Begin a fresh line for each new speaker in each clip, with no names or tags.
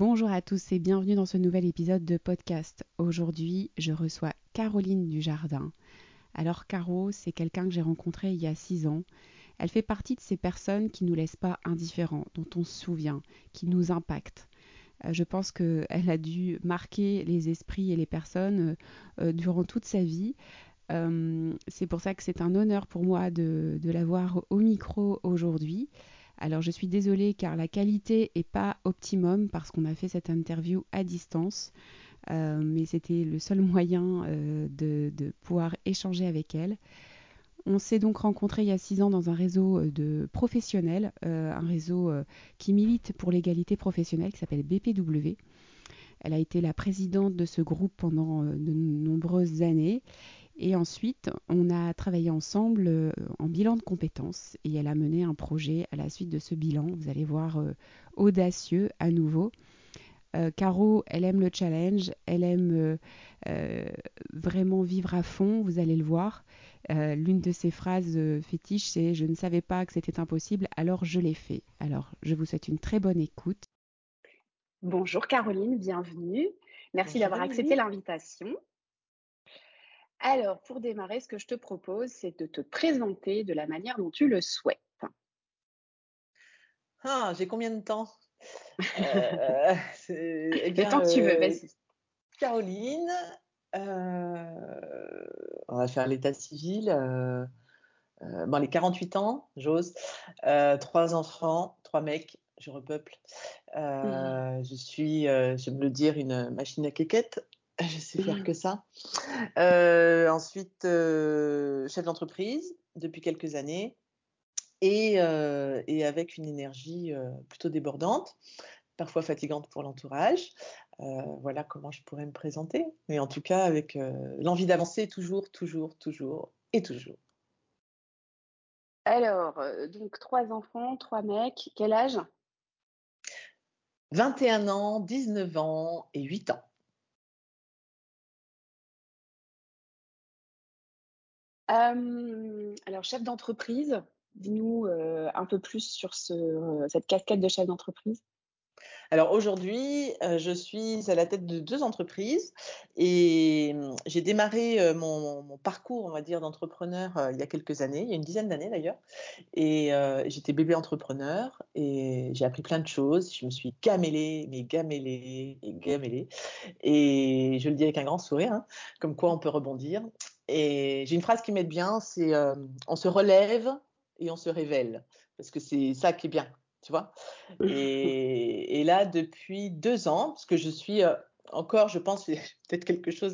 Bonjour à tous et bienvenue dans ce nouvel épisode de podcast. Aujourd'hui, je reçois Caroline Dujardin. Alors Caro, c'est quelqu'un que j'ai rencontré il y a 6 ans. Elle fait partie de ces personnes qui ne nous laissent pas indifférents, dont on se souvient, qui nous impactent. Je pense qu'elle a dû marquer les esprits et les personnes durant toute sa vie. C'est pour ça que c'est un honneur pour moi de l'avoir au micro aujourd'hui. Alors je suis désolée car la qualité n'est pas optimum parce qu'on a fait cette interview à distance, mais c'était le seul moyen de pouvoir échanger avec elle. On s'est donc rencontrés il y a 6 ans dans un réseau de professionnels, un réseau qui milite pour l'égalité professionnelle qui s'appelle BPW. Elle a été la présidente de ce groupe pendant de nombreuses années. Et ensuite, on a travaillé ensemble en bilan de compétences et elle a mené un projet à la suite de ce bilan. Vous allez voir, audacieux à nouveau. Caro, elle aime le challenge, elle aime vraiment vivre à fond, vous allez le voir. L'une de ses phrases fétiches, c'est « Je ne savais pas que c'était impossible, alors je l'ai fait ». Alors, je vous souhaite une très bonne écoute.
Bonjour Caroline, bienvenue. Merci
Bonjour
d'avoir accepté
Émilie.
l'invitation. Alors, pour démarrer, ce que je te propose, c'est de te présenter de la manière dont tu le souhaites.
Ah, j'ai combien de temps Eh
Le temps
bien,
que tu veux, vas-y.
Caroline, on va faire l'état civil. Bon, les 48 ans, j'ose. 3 enfants, 3 mecs, je repeuple. Je suis, j'aime le dire, une machine à quéquette. Je sais faire que ça. Ensuite, chef d'entreprise depuis quelques années. Et avec une énergie plutôt débordante, parfois fatigante pour l'entourage. Voilà comment je pourrais me présenter. Mais en tout cas, avec l'envie d'avancer toujours, toujours, toujours et toujours.
Alors, donc 3 enfants, 3 mecs, quel âge?
21 ans, 19 ans et 8 ans.
Alors, chef d'entreprise, dis-nous un peu plus sur cette casquette de chef d'entreprise.
Alors aujourd'hui, je suis à la tête de 2 entreprises et j'ai démarré mon parcours, on va dire, d'entrepreneur il y a quelques années, il y a une dizaine d'années d'ailleurs. Et j'étais bébé entrepreneur et j'ai appris plein de choses. Je me suis gamellée, mais gamellée et gamellée. Et je le dis avec un grand sourire, hein, comme quoi on peut rebondir. Et j'ai une phrase qui m'aide bien, c'est on se relève et on se révèle. Parce que c'est ça qui est bien, tu vois. Et là, depuis 2 ans, parce que je suis encore, je pense, c'est peut-être quelque chose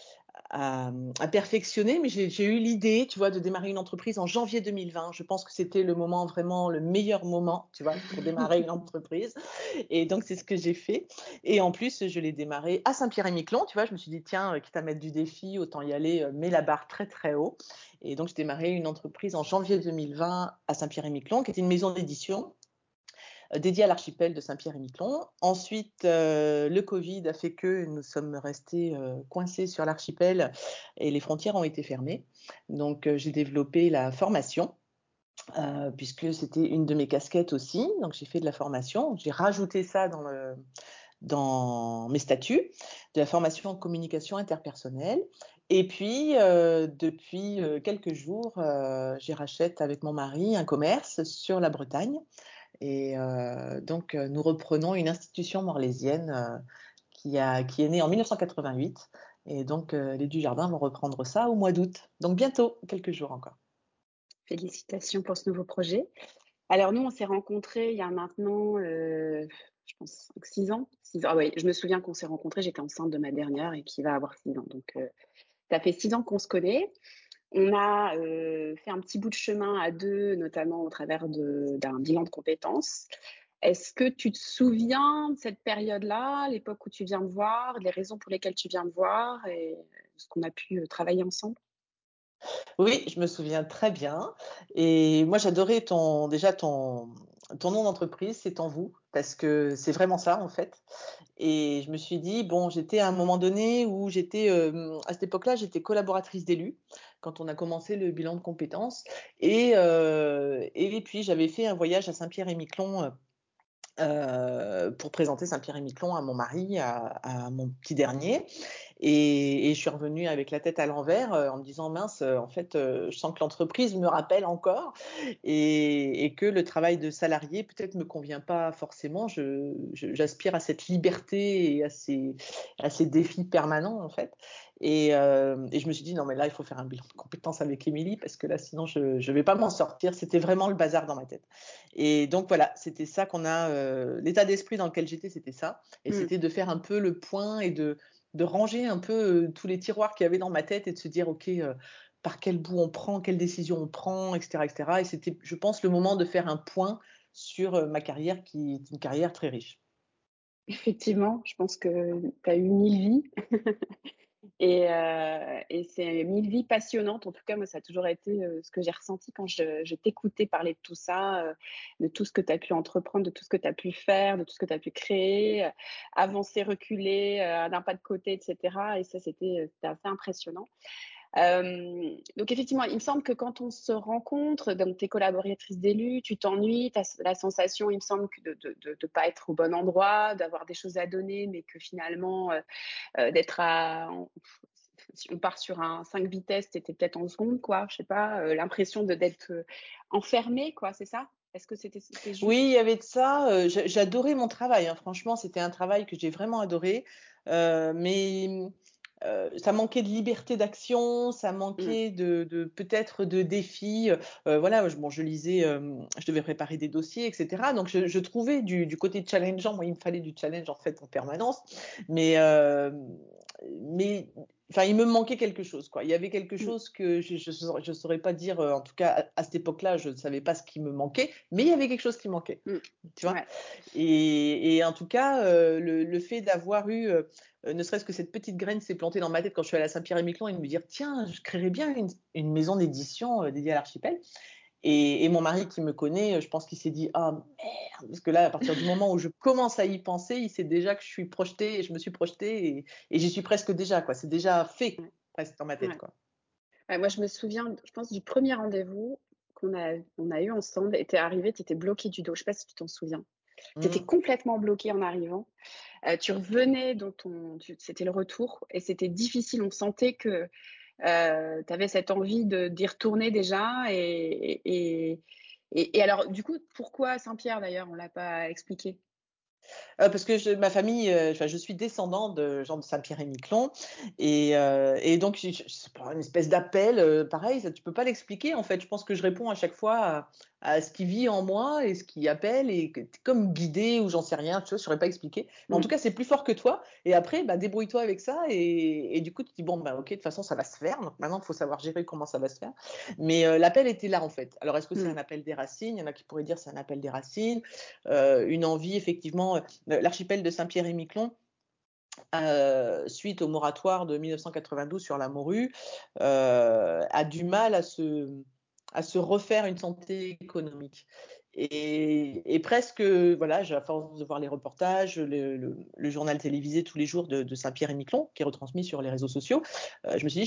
à perfectionner, mais j'ai eu l'idée, tu vois, de démarrer une entreprise en janvier 2020. Je pense que c'était le moment vraiment, le meilleur moment, tu vois, pour démarrer une entreprise. Et donc, c'est ce que j'ai fait. Et en plus, je l'ai démarré à Saint-Pierre-et-Miquelon, tu vois. Je me suis dit, tiens, quitte à mettre du défi, autant y aller, mets la barre très, très haut. Et donc, j'ai démarré une entreprise en janvier 2020 à Saint-Pierre-et-Miquelon, qui était une maison d'édition dédié à l'archipel de Saint-Pierre-et-Miquelon. Ensuite, le Covid a fait que nous sommes restés coincés sur l'archipel et les frontières ont été fermées. Donc, j'ai développé la formation. Puisque c'était une de mes casquettes aussi, donc j'ai fait de la formation. J'ai rajouté ça dans mes statuts, de la formation en communication interpersonnelle. Et puis, depuis quelques jours, j'ai rachète avec mon mari un commerce sur la Bretagne. Et donc, nous reprenons une institution morlaisienne qui est née en 1988. Et donc, les Dujardin vont reprendre ça au mois d'août. Donc, bientôt, quelques jours encore.
Félicitations pour ce nouveau projet. Alors, nous, on s'est rencontrés il y a maintenant, je pense, 6 ans. 6 ans. Ah oui, je me souviens qu'on s'est rencontrés, j'étais enceinte de ma dernière et qui va avoir 6 ans. Donc, ça fait 6 ans qu'on se connaît. On a fait un petit bout de chemin à 2, notamment au travers d'un bilan de compétences. Est-ce que tu te souviens de cette période-là, l'époque où tu viens me voir, les raisons pour lesquelles tu viens me voir et ce qu'on a pu travailler ensemble?
Oui, je me souviens très bien. Et moi, j'adorais ton nom d'entreprise, c'est En Vous, parce que c'est vraiment ça, en fait. Et je me suis dit, bon, j'étais à un moment donné où à cette époque-là, j'étais collaboratrice d'élus quand on a commencé le bilan de compétences. Et puis, j'avais fait un voyage à Saint-Pierre-et-Miquelon pour présenter Saint-Pierre-et-Miquelon à mon mari, à mon petit dernier. Et je suis revenue avec la tête à l'envers, en me disant: «Mince, en fait, je sens que l'entreprise me rappelle encore et que le travail de salarié peut-être me convient pas forcément». J'aspire à cette liberté et à ces défis permanents, en fait. Et je me suis dit: «Non, mais là, il faut faire un bilan de compétences avec Émilie parce que là, sinon je vais pas m'en sortir». C'était vraiment le bazar dans ma tête. Et donc voilà, c'était ça qu'on a, l'état d'esprit dans lequel j'étais, c'était ça. Et
Mmh.
c'était de faire un peu le point et de ranger un peu, tous les tiroirs qu'il y avait dans ma tête et de se dire: «OK, par quel bout on prend, quelle décision on prend?» et cetera et cetera. Et c'était, je pense, le moment de faire un point sur, ma carrière qui est une carrière très riche.
Effectivement, je pense que tu as eu 1000 vies et c'est 1000 vies passionnantes. En tout cas, moi, ça a toujours été, ce que j'ai ressenti quand je t'écoutais parler de tout ça, de tout ce que tu as pu entreprendre, de tout ce que tu as pu faire, de tout ce que tu as pu créer, avancer, reculer, d'un pas de côté et cetera et ça, c'était assez impressionnant. Donc effectivement, il me semble que quand on se rencontre, donc tu es collaboratrice d'élus, tu t'ennuies, tu as la sensation, il me semble, que de pas être au bon endroit, d'avoir des choses à donner, mais que finalement, d'être si on part sur un 5 vitesses, tu étais peut-être en seconde, quoi, je sais pas, l'impression d'être, enfermée, quoi, c'est ça? Est-ce que c'est
Oui, il
juste?
y avait de ça, j'adorais mon travail, hein. Franchement, c'était un travail que j'ai vraiment adoré, mais ça manquait de liberté d'action, ça
Mmh,
manquait de peut-être de défis, voilà, je lisais, je devais préparer des dossiers et cetera, donc je trouvais du côté challengeant. Moi, il me fallait du challenge, en fait, en permanence, mais mais enfin, il me manquait quelque chose, quoi. Il y avait quelque
mmh,
chose que je saurais pas dire, en tout cas à cette époque-là, je ne savais pas ce qui me manquait, mais il y avait quelque chose qui manquait,
mmh.
tu vois?
Ouais.
Et en tout cas, le fait d'avoir eu, ne serait-ce que cette petite graine s'est plantée dans ma tête quand je suis allée à Saint-Pierre-et-Miquelon et de me dire: «Tiens, je créerais bien une maison d'édition, dédiée à l'archipel». Et mon mari qui me connaît, je pense qu'il s'est dit: «Ah merde!» Parce que là, à partir du moment où je commence à y penser, il sait déjà que je suis projetée et je me suis projetée et j'y suis presque déjà, quoi. C'est déjà fait,
Ouais,
presque dans ma tête,
ouais.
quoi.
Ouais, moi, je me souviens, je pense, du premier rendez-vous qu'on a eu ensemble et tu es arrivée, tu étais bloquée du dos. Je sais pas si tu t'en souviens? Tu étais
Mmh.
complètement bloquée en arrivant. Tu revenais dans c'était le retour et c'était difficile. On sentait que, tu avais cette envie d'y retourner déjà et alors du coup, pourquoi Saint-Pierre d'ailleurs? On l'a pas expliqué.
Parce que ma famille, enfin, je suis descendante de gens de Saint-Pierre-et-Miquelon et donc c'est pas une espèce d'appel, pareil, ça tu peux pas l'expliquer, en fait. Je pense que je réponds à chaque fois à ce qui vit en moi et ce qui appelle et que tu es comme guidée ou j'en sais rien, tu vois? Je saurais pas expliquer. Mais en tout
Mmh,
cas, c'est plus fort que toi et après, bah, débrouille-toi avec ça et du coup, tu te dis: «Bon, bah, OK, de toute façon, ça va se faire». Donc maintenant, il faut savoir gérer comment ça va se faire. Mais l'appel était là, en fait. Alors est-ce que c'est
mmh,
un appel des racines? Il y en a qui pourraient dire: «C'est un appel des racines». Une envie effectivement, l'archipel de Saint-Pierre-et-Miquelon, suite au moratoire de 1992 sur la morue, a du mal à se refaire une santé économique. Et presque, voilà, à force de voir les reportages, le journal télévisé tous les jours de Saint-Pierre-et-Miquelon, qui est retransmis sur les réseaux sociaux, je me suis dit,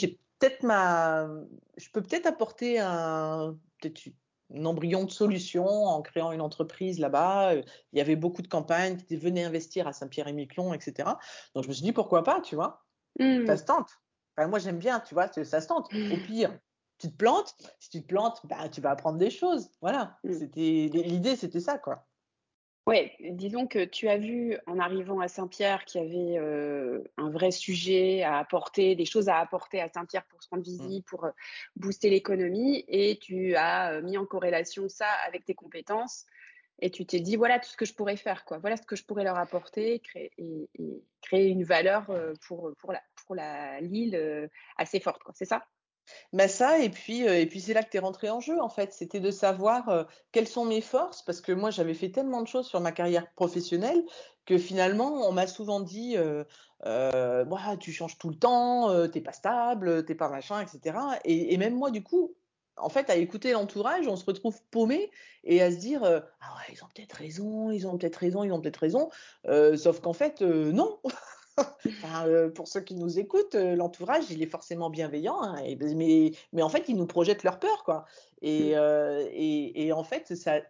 je peux peut-être apporter peut-être un embryon de solution en créant une entreprise là-bas. Il y avait beaucoup de campagnes qui venaient investir à Saint-Pierre-et-Miquelon, etc. Donc je me suis dit pourquoi pas, tu vois? Ça
mmh.
se tente. Enfin, moi j'aime bien, tu vois, ça se tente. Au pire, tu te plantes. Si tu te plantes, bah, tu vas apprendre des choses. Voilà.
Mmh.
L'idée, c'était ça, quoi.
Ouais, disons que tu as vu en arrivant à Saint-Pierre qu'il y avait, un vrai sujet à apporter, des choses à apporter à Saint-Pierre pour se rendre
Mmh.
visible, pour, booster l'économie et tu as, mis en corrélation ça avec tes compétences et tu t'es dit: «Voilà tout ce que je pourrais faire, quoi. Voilà ce que je pourrais leur apporter, créer créer une valeur, pour la l'île, assez forte», quoi. C'est ça?
Bah, ça et puis c'est là que tu es rentrée en jeu, en fait. C'était de savoir, quelles sont mes forces parce que moi, j'avais fait tellement de choses sur ma carrière professionnelle que finalement, on m'a souvent dit, «Bah, tu changes tout le temps, tu pas stable, tu pas machin» et cetera et même moi, du coup, en fait, à écouter l'entourage, on se retrouve paumé et à se dire, «Ah ouais, ils ont peut-être raison, ils ont peut-être raison, ils ont peut-être raison», sauf qu'en fait, non. Enfin, pour ceux qui nous écoutent, l'entourage, il est forcément bienveillant, hein, mais en fait, ils nous projettent leur peur, quoi.
Mmh.
Et en fait, ça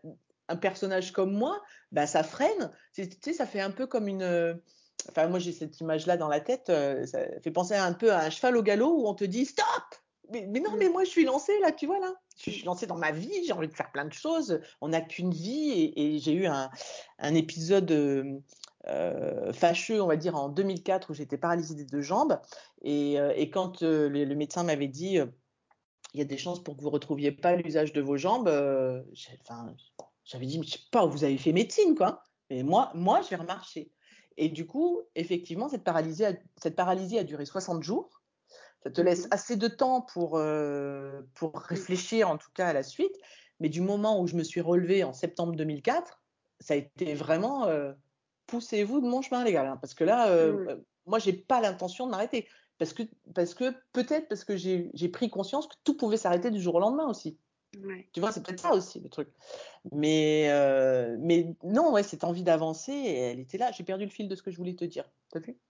un personnage comme moi, bah, ça freine. Tu sais, ça fait un peu comme une. Enfin, moi, j'ai cette image-là dans la tête. Ça fait penser un peu à un cheval au galop où on te dit stop! Mais non, mais moi, je suis lancée là, tu vois, là. Je suis lancée dans ma vie, j'ai envie de faire plein de choses. On n'a qu'une vie et j'ai eu un épisode fâcheux, on va dire, en 2004 où j'étais paralysée des deux jambes. Et quand le médecin m'avait dit il y a des chances pour que vous ne retrouviez pas l'usage de vos jambes, j'avais dit, mais je sais pas, vous avez fait médecine, quoi. Mais moi, je vais remarcher. Et du coup, effectivement, cette paralysie a duré 60 jours. Ça te laisse assez de temps pour réfléchir, en tout cas, à la suite. Mais du moment où je me suis relevée en septembre 2004, ça a été vraiment poussez-vous de mon chemin, les gars. Hein, parce que là, moi, je n'ai pas l'intention de m'arrêter. Parce que peut-être parce que j'ai pris conscience que tout pouvait s'arrêter du jour au lendemain aussi.
Ouais.
Tu vois, c'est peut-être ça aussi, le truc. Mais non, ouais, cette envie d'avancer, elle était là. J'ai perdu le fil de ce que je voulais te dire. T'as vu?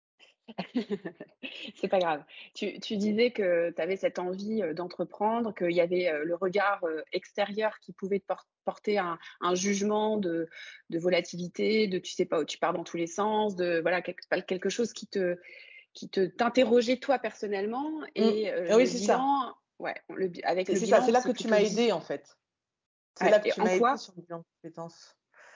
C'est pas grave. Tu disais que tu avais cette envie d'entreprendre, qu'il y avait le regard extérieur qui pouvait te porter un jugement de volatilité, de tu sais pas où tu pars dans tous les sens, de voilà, quelque chose qui t'interrogeait toi personnellement et
Oui,
le
c'est ça.
bilan, ouais, avec le
C'est ça,
bilan,
c'est là
c'est
que tu
plutôt
m'as aidé, en fait. C'est
Ouais,
là que
et
tu
en
m'as aidé
quoi?
sur le bilan de compétences.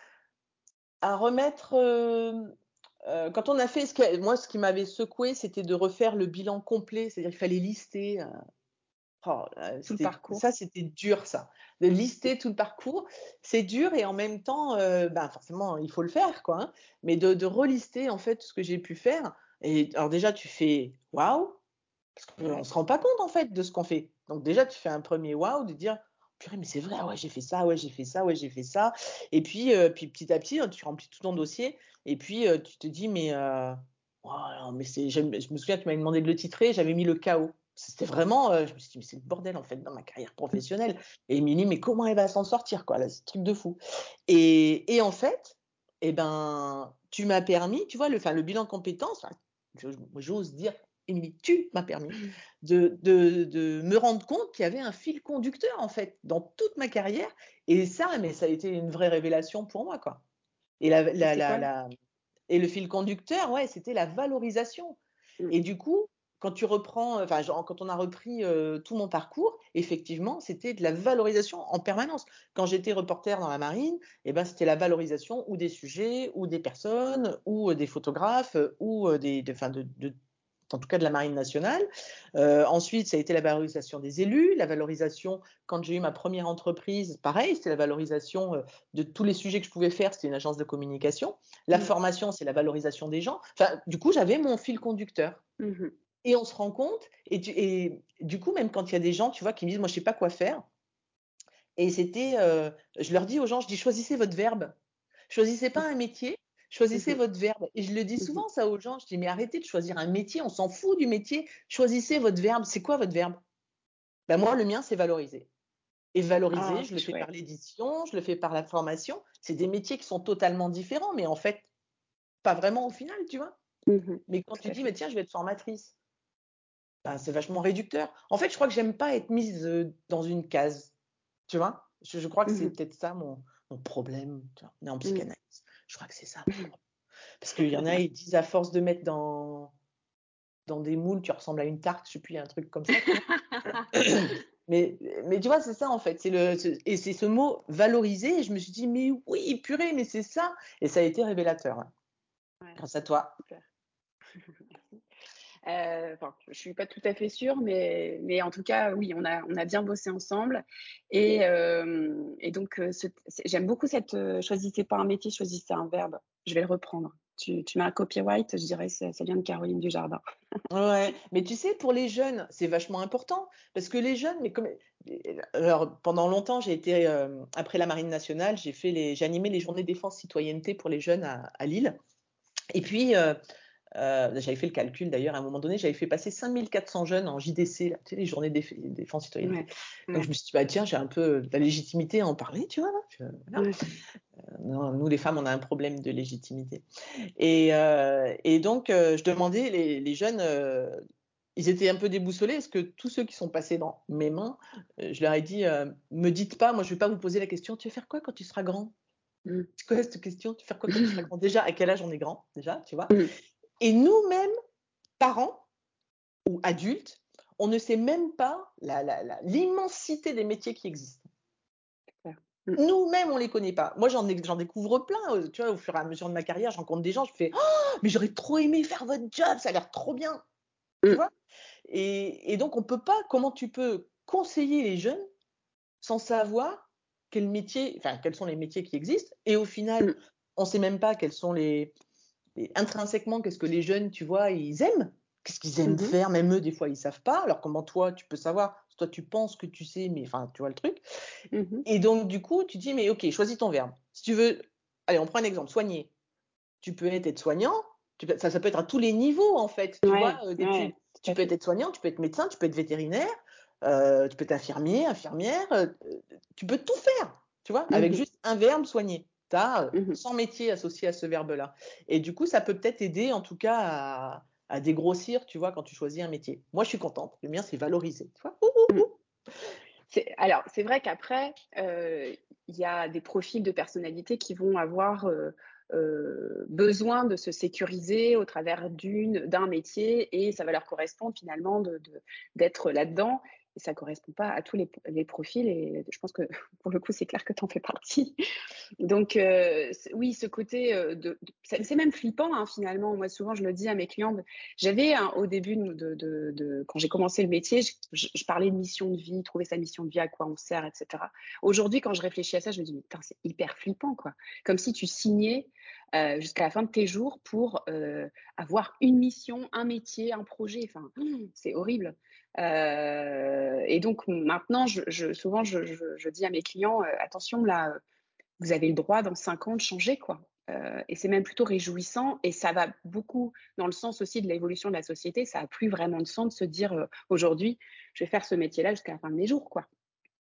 À remettre. Quand on a fait moi, ce qui m'avait secoué, c'était de refaire le bilan complet, c'est-à-dire qu'il fallait lister.
Tout le parcours.
C'était dur, ça. De lister tout le parcours, c'est dur et en même temps, forcément, il faut le faire, quoi. Hein, mais de relister, en fait, tout ce que j'ai pu faire. Et alors, déjà, tu fais waouh, parce qu'on ne se rend pas compte, en fait, de ce qu'on fait. Donc, déjà, tu fais un premier waouh de dire purée, mais c'est vrai, ouais, j'ai fait ça, ouais, j'ai fait ça, ouais, j'ai fait ça. Et puis petit à petit, tu remplis tout ton dossier. Et puis, tu te dis, mais, wow, mais je me souviens, tu m'avais demandé de le titrer, j'avais mis le chaos. C'était vraiment, je me suis dit, mais c'est le bordel en fait dans ma carrière professionnelle. Et il me dit, mais comment elle va s'en sortir, quoi, là, c'est un truc de fou. Et en fait, eh ben, tu m'as permis, tu vois, le bilan de compétences, j'ose dire, Émilie, tu m'as permis de me rendre compte qu'il y avait un fil conducteur en fait dans toute ma carrière. Et ça, mais ça a été une vraie révélation pour moi, quoi. Et
C'était quoi?
Et le fil conducteur, ouais, c'était la valorisation.
Mm.
Et du coup, quand tu reprends, quand on a repris tout mon parcours, effectivement, c'était de la valorisation en permanence. Quand j'étais reporter dans la marine, eh ben, c'était la valorisation ou des sujets, ou des personnes, ou des photographes, ou en tout cas de la marine nationale. Ensuite, ça a été la valorisation des élus, la valorisation, quand j'ai eu ma première entreprise, pareil, c'était la valorisation de tous les sujets que je pouvais faire, c'était une agence de communication. La formation, c'est la valorisation des gens. Enfin, du coup, j'avais mon fil conducteur.
Mm-hmm.
Et on se rend compte, et du coup, même quand il y a des gens, tu vois, qui me disent, moi, je sais pas quoi faire, et c'était, je leur dis aux gens, je dis, choisissez votre verbe. Choisissez pas un métier, choisissez
Mm-hmm.
votre verbe. Et je le dis
Mm-hmm.
souvent ça aux gens, je dis, mais arrêtez de choisir un métier, on s'en fout du métier, choisissez votre verbe. C'est quoi votre verbe? Ben moi, le mien, c'est valoriser. Et
Ah,
valoriser, je
c'est
le fais par
chouette.
l'édition, je le fais par la formation. C'est des métiers qui sont totalement différents, mais en fait, pas vraiment au final, tu vois.
Mm-hmm.
Mais quand
Tout
tu
à
dis, mais
fait.
tiens, je vais être formatrice, ben, c'est vachement réducteur. En fait, je crois que j'aime pas être mise dans une case, tu vois. Je crois que c'est
Mm-hmm.
peut-être ça mon problème. Tu vois. On est en
Mm.
psychanalyse. Je crois que c'est ça mon problème. Parce qu'il y en a, ils disent à force de mettre dans des moules, tu ressembles à une tarte, je sais plus, un truc comme ça, tu vois. Mais tu vois, c'est ça en fait. Et c'est ce mot valoriser. Et je me suis dit, mais oui, purée, mais c'est ça. Et ça a été révélateur, hein,
Ouais,
grâce à toi.
super. Merci. Je suis pas tout à fait sûre, mais en tout cas, oui, on a bien bossé ensemble. Et donc, j'aime beaucoup cette choisissez pas un métier, choisissez un verbe. Je vais le reprendre. Tu mets un copyright, je dirais, ça vient de Caroline Dujardin.
Ouais, mais tu sais, pour les jeunes, c'est vachement important parce que les jeunes, alors pendant longtemps, j'ai été après la Marine nationale, j'ai animé les journées défense citoyenneté pour les jeunes à Lille. Et puis j'avais fait le calcul d'ailleurs, à un moment donné, j'avais fait passer 5400 jeunes en JDC, là, tu sais, les journées défense citoyenneté.
Ouais,
Donc
ouais,
je me suis dit, bah tiens, j'ai un peu de la légitimité à en parler, tu vois. Là, voilà.
ouais.
Nous, les femmes, on a un problème de légitimité. Et donc, je demandais les jeunes ils étaient un peu déboussolés parce que tous ceux qui sont passés dans mes mains, je leur ai dit, me dites pas, moi je vais pas vous poser la question, tu vas faire quoi quand tu seras grand?
Mmh.
C'est quoi cette question? Tu vas faire quoi quand tu seras grand? Déjà, à quel âge on est grand, déjà, tu vois?
Mmh.
Et nous-mêmes, parents ou adultes, on ne sait même pas l'immensité des métiers qui existent.
Clair. Mmh.
Nous-mêmes, on les connaît pas. Moi, j'en découvre plein, tu vois, au fur et à mesure de ma carrière, je rencontre des gens, je fais: «Oh, mais j'aurais trop aimé faire votre job, ça a l'air trop bien», tu
Mmh.
vois? Et donc on peut pas comment tu peux conseiller les jeunes sans savoir quels sont les métiers qui existent et au final,
Mmh.
on sait même pas quels sont intrinsèquement, qu'est-ce que les jeunes, tu vois, ils aiment? Qu'est-ce qu'ils aiment
Mmh.
faire? Même eux, des fois, ils savent pas. Alors comment toi, tu peux savoir? Toi, tu penses que tu sais, mais enfin, tu vois le truc.
Mmh.
Et donc du coup, tu dis: «Mais OK, choisis ton verbe». Si tu veux allez, on prend un exemple, soigner. Tu peux être aide-soignant, ça peut être à tous les niveaux, en fait, tu vois,
Ouais,
d'études.
ouais, tout
Tu
à
peux être
fait.
aide-soignant, tu peux être médecin, tu peux être vétérinaire, tu peux être infirmier, infirmière, tu peux tout faire, tu vois? Avec
Mmh.
juste un verbe, soigner. Tu as,
Mmh.
100 métiers associés à ce verbe-là et du coup, ça peut peut-être aider, en tout cas, à dégrossir, tu vois, quand tu choisis un métier. Moi, je suis contente. Le mien, c'est valoriser, tu vois?
Mmh. C'est vrai qu'après, il y a des profils de personnalité qui vont avoir, besoin de se sécuriser au travers d'un métier et ça va leur correspondre finalement d'être là-dedans et ça correspond pas à tous les profils et je pense que pour le coup, c'est clair que tu en fais partie. Donc, oui, ce côté c'est même flippant hein, finalement. Moi, souvent, je le dis à mes clients. J'avais au début quand j'ai commencé le métier, je parlais de mission de vie, trouver sa mission de vie, à quoi on sert, etc. Aujourd'hui, quand je réfléchis à ça, je me dis mais putain, c'est hyper flippant quoi. Comme si tu signais jusqu'à la fin de tes jours pour avoir une mission, un métier, un projet. Enfin, c'est horrible. Et donc maintenant, souvent, je dis à mes clients attention là vous avez le droit dans 5 ans de changer, quoi. Et c'est même plutôt réjouissant et ça va beaucoup dans le sens aussi de l'évolution de la société. Ça n'a plus vraiment de sens de se dire aujourd'hui, je vais faire ce métier-là jusqu'à la fin de mes jours, quoi.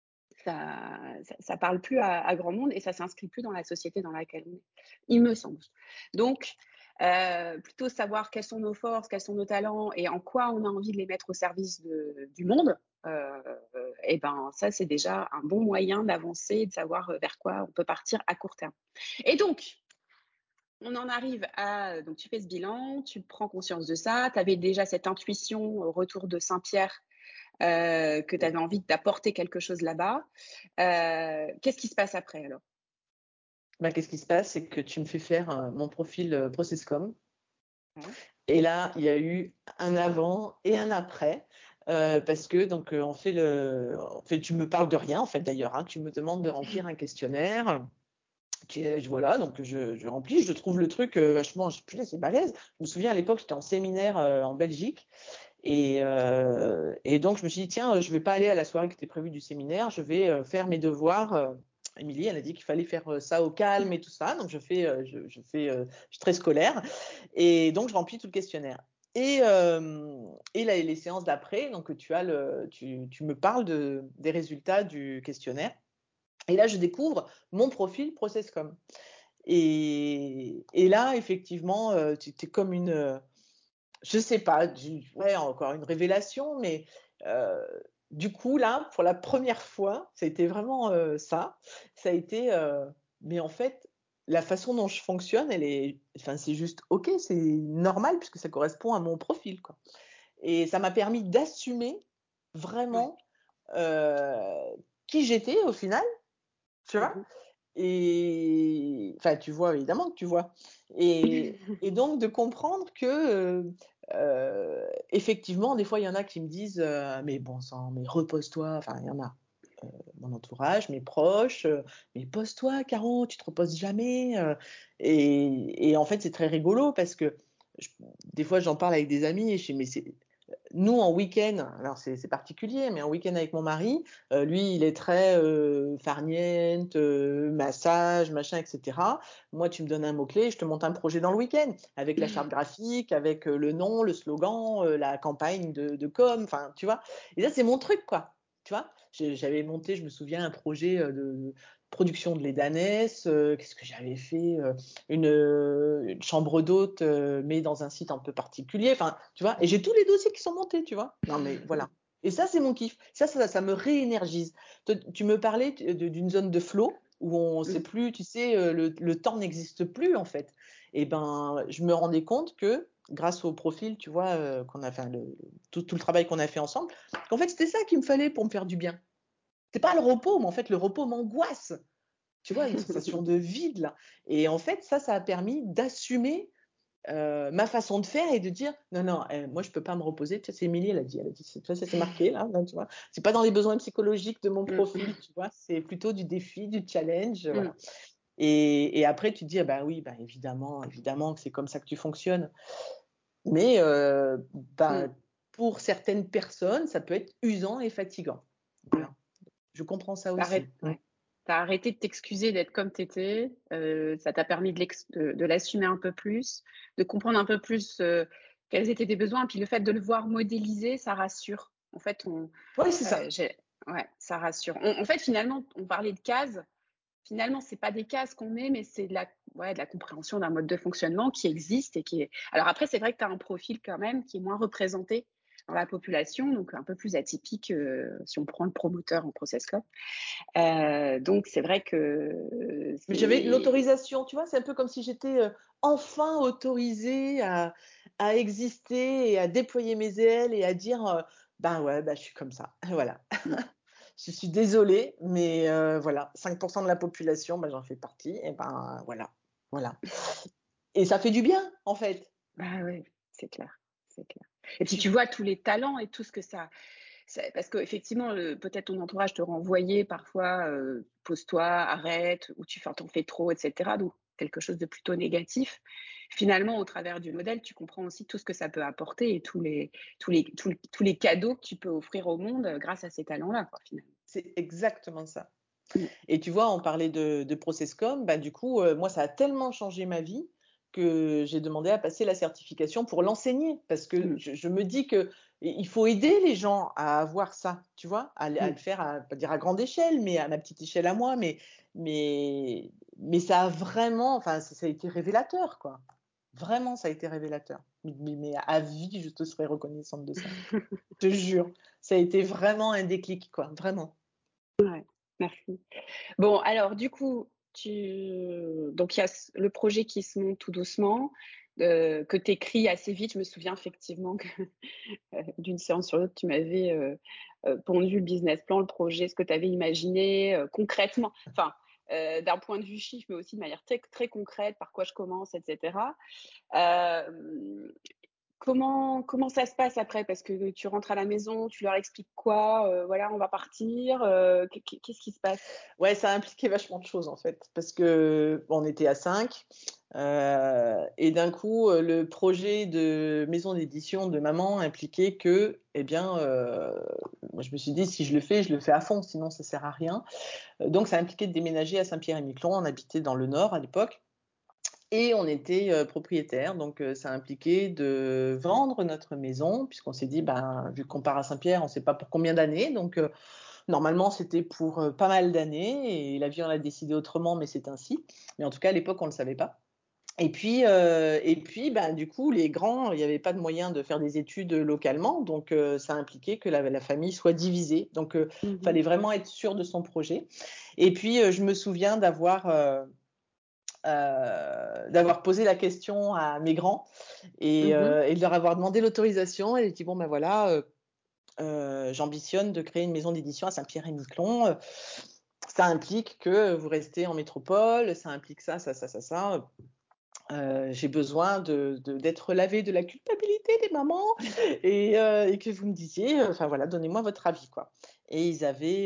Ça parle plus à grand monde et ça s'inscrit plus dans la société dans laquelle on est, il me semble. Donc, plutôt savoir quelles sont nos forces, quels sont nos talents et en quoi on a envie de les mettre au service du monde. Et ben ça c'est déjà un bon moyen d'avancer, de savoir vers quoi on peut partir à court terme. Et donc on en arrive à donc tu fais ce bilan, tu prends conscience de ça, tu avais déjà cette intuition au retour de Saint-Pierre que tu avais envie d'apporter quelque chose là-bas. Qu'est-ce qui se passe après alors?
Bah, qu'est-ce qui se passe? C'est que tu me fais faire, mon profil, Processcom.
Ouais.
Et là, il y a eu un avant et un après, parce que donc, tu me parles de rien en fait d'ailleurs, hein. Tu me demandes de remplir un questionnaire voilà, donc je remplis, je trouve le truc, vachement je punaise, c'est balèze. Je me souviens à l'époque, j'étais en séminaire, en Belgique et donc je me suis dit: «Tiens, je vais pas aller à la soirée qui était prévue du séminaire, je vais, faire mes devoirs», Émilie, elle a dit qu'il fallait faire, ça au calme et tout ça, donc je suis très scolaire et donc je remplis tout le questionnaire et les séances d'après, donc tu me parles des résultats du questionnaire et là, je découvre mon profil Processcom et là, effectivement, tu es comme je sais pas, ouais, encore une révélation, mais du coup, là, pour la première fois, ça a été vraiment, ça a été, mais en fait, la façon dont je fonctionne, c'est juste OK, c'est normal puisque ça correspond à mon profil, quoi et ça m'a permis d'assumer
Ouais.
vraiment, qui j'étais au final, tu vois?
Mmh.
Et enfin, tu vois, évidemment que tu vois et donc de comprendre que, effectivement, des fois, il y en a qui me disent, «Mais bon sang, mais repose-toi», enfin, il y en a, mon entourage, mes proches, «Mais pose-toi Caro, tu te reposes jamais», et en fait, c'est très rigolo parce que j des fois, j'en parle avec des amis et je dis: «Mais c'est nous, en week-end, alors c'est particulier, mais en week-end avec mon mari, lui, il est très farniente, massage, machin, etc. Moi, tu me donnes un mot-clé, je te monte un projet dans le week-end, avec la charte graphique, avec le nom, le slogan, la campagne de com, enfin, tu vois. Et ça, c'est mon truc, quoi. Tu vois, j'avais monté, je me souviens, un projet production de lait d'ânesse, qu'est-ce que j'avais fait, une chambre d'hôte, mais dans un site un peu particulier. Enfin, tu vois. Et j'ai tous les dossiers qui sont montés, tu vois. Non, mais voilà. Et ça, c'est mon kiff. Ça me réénergise. Tu me parlais d'une zone de flow où on ne sait plus, tu sais, le temps n'existe plus en fait. Et ben, je me rendais compte que grâce au profil, tu vois, qu'on a fait, tout le travail qu'on a fait ensemble, qu'en fait, c'était ça qu'il me fallait pour me faire du bien. C'est pas le repos, mais en fait, le repos m'angoisse. Tu vois, une sensation de vide là. Et en fait, ça a permis d'assumer ma façon de faire et de dire non, moi je peux pas me reposer. Tu sais, c'est Émilie, elle a dit, ça c'est marqué là, tu vois. C'est pas dans les besoins psychologiques de mon profil, tu vois. C'est plutôt du défi, du challenge, voilà. Et après, tu te dis, ah bah oui, bah évidemment que c'est comme ça que tu fonctionnes. Mais pour certaines personnes, ça peut être usant et fatigant. Voilà. Je comprends ça aussi.
T'as arrêté de t'excuser d'être comme t'étais. Ça t'a permis de l'assumer un peu plus, de comprendre un peu plus quels étaient tes besoins. Et puis le fait de le voir modéliser, ça rassure. En fait,
oui, c'est ça.
Ça rassure. En fait, finalement, on parlait de cases. Finalement, c'est pas des cases qu'on met, mais c'est de la compréhension d'un mode de fonctionnement qui existe et qui est. Alors après, c'est vrai que tu as un profil quand même qui est moins représenté dans la population, donc un peu plus atypique si on prend le promoteur en ProcessCom. Donc c'est vrai que.
Mais j'avais l'autorisation, tu vois, c'est un peu comme si j'étais enfin autorisée à exister et à déployer mes ailes et à dire ben ouais, je suis comme ça, voilà. Je suis désolée, mais voilà, 5% de la population, j'en fais partie, et ben voilà. Et ça fait du bien, en fait.
Ah ouais, c'est clair. Et puis tu vois tous les talents et tout ce que ça parce qu'effectivement, peut-être ton entourage te renvoyait parfois pose-toi, arrête, ou t'en fais trop, etc. Donc quelque chose de plutôt négatif. Finalement, au travers du modèle, tu comprends aussi tout ce que ça peut apporter et tous les cadeaux que tu peux offrir au monde grâce à ces talents-là, quoi, finalement.
C'est exactement ça. Et tu vois, on parlait de ProcessCom, du coup, moi, ça a tellement changé ma vie que j'ai demandé à passer la certification pour l'enseigner, parce que je me dis qu'il faut aider les gens à avoir ça, tu vois, à le faire, pas dire à grande échelle, mais à ma petite échelle à moi, mais ça a vraiment, enfin, ça a été révélateur, quoi. Vraiment, ça a été révélateur. Mais à vie, je te serais reconnaissante de ça. Je te jure, ça a été vraiment un déclic, quoi, vraiment.
Ouais, merci. Bon, alors du coup, donc il y a le projet qui se monte tout doucement, que tu écris assez vite. Je me souviens effectivement que d'une séance sur l'autre, tu m'avais pondu le business plan, le projet, ce que tu avais imaginé concrètement, enfin, d'un point de vue chiffre, mais aussi de manière très, très concrète, par quoi je commence, etc. Comment ça se passe après? Parce que tu rentres à la maison, tu leur expliques quoi? Voilà, on va partir. Qu'est-ce qui se passe?
Ouais, ça a impliqué vachement de choses en fait, parce que on était à 5 et d'un coup, le projet de maison d'édition de maman impliquait que, moi je me suis dit si je le fais à fond, sinon ça sert à rien. Donc ça impliquait de déménager à Saint-Pierre-et-Miquelon. On habitait dans le Nord à l'époque. Et on était propriétaire, donc ça impliquait de vendre notre maison, puisqu'on s'est dit, vu qu'on part à Saint-Pierre, on ne sait pas pour combien d'années, donc normalement c'était pour pas mal d'années, et la vie en a décidé autrement, mais c'est ainsi. Mais en tout cas, à l'époque, on ne le savait pas. Et puis, du coup, les grands, il n'y avait pas de moyen de faire des études localement, donc ça impliquait que la famille soit divisée. Donc, fallait vraiment être sûr de son projet. Et puis, je me souviens d'avoir posé la question à mes grands et de leur avoir demandé l'autorisation. Et dit j'ambitionne de créer une maison d'édition à Saint-Pierre-et-Miquelon. Ça implique que vous restez en métropole, ça implique ça. J'ai besoin d'être lavé de la culpabilité des mamans et que vous me disiez, donnez-moi votre avis, quoi. Et ils avaient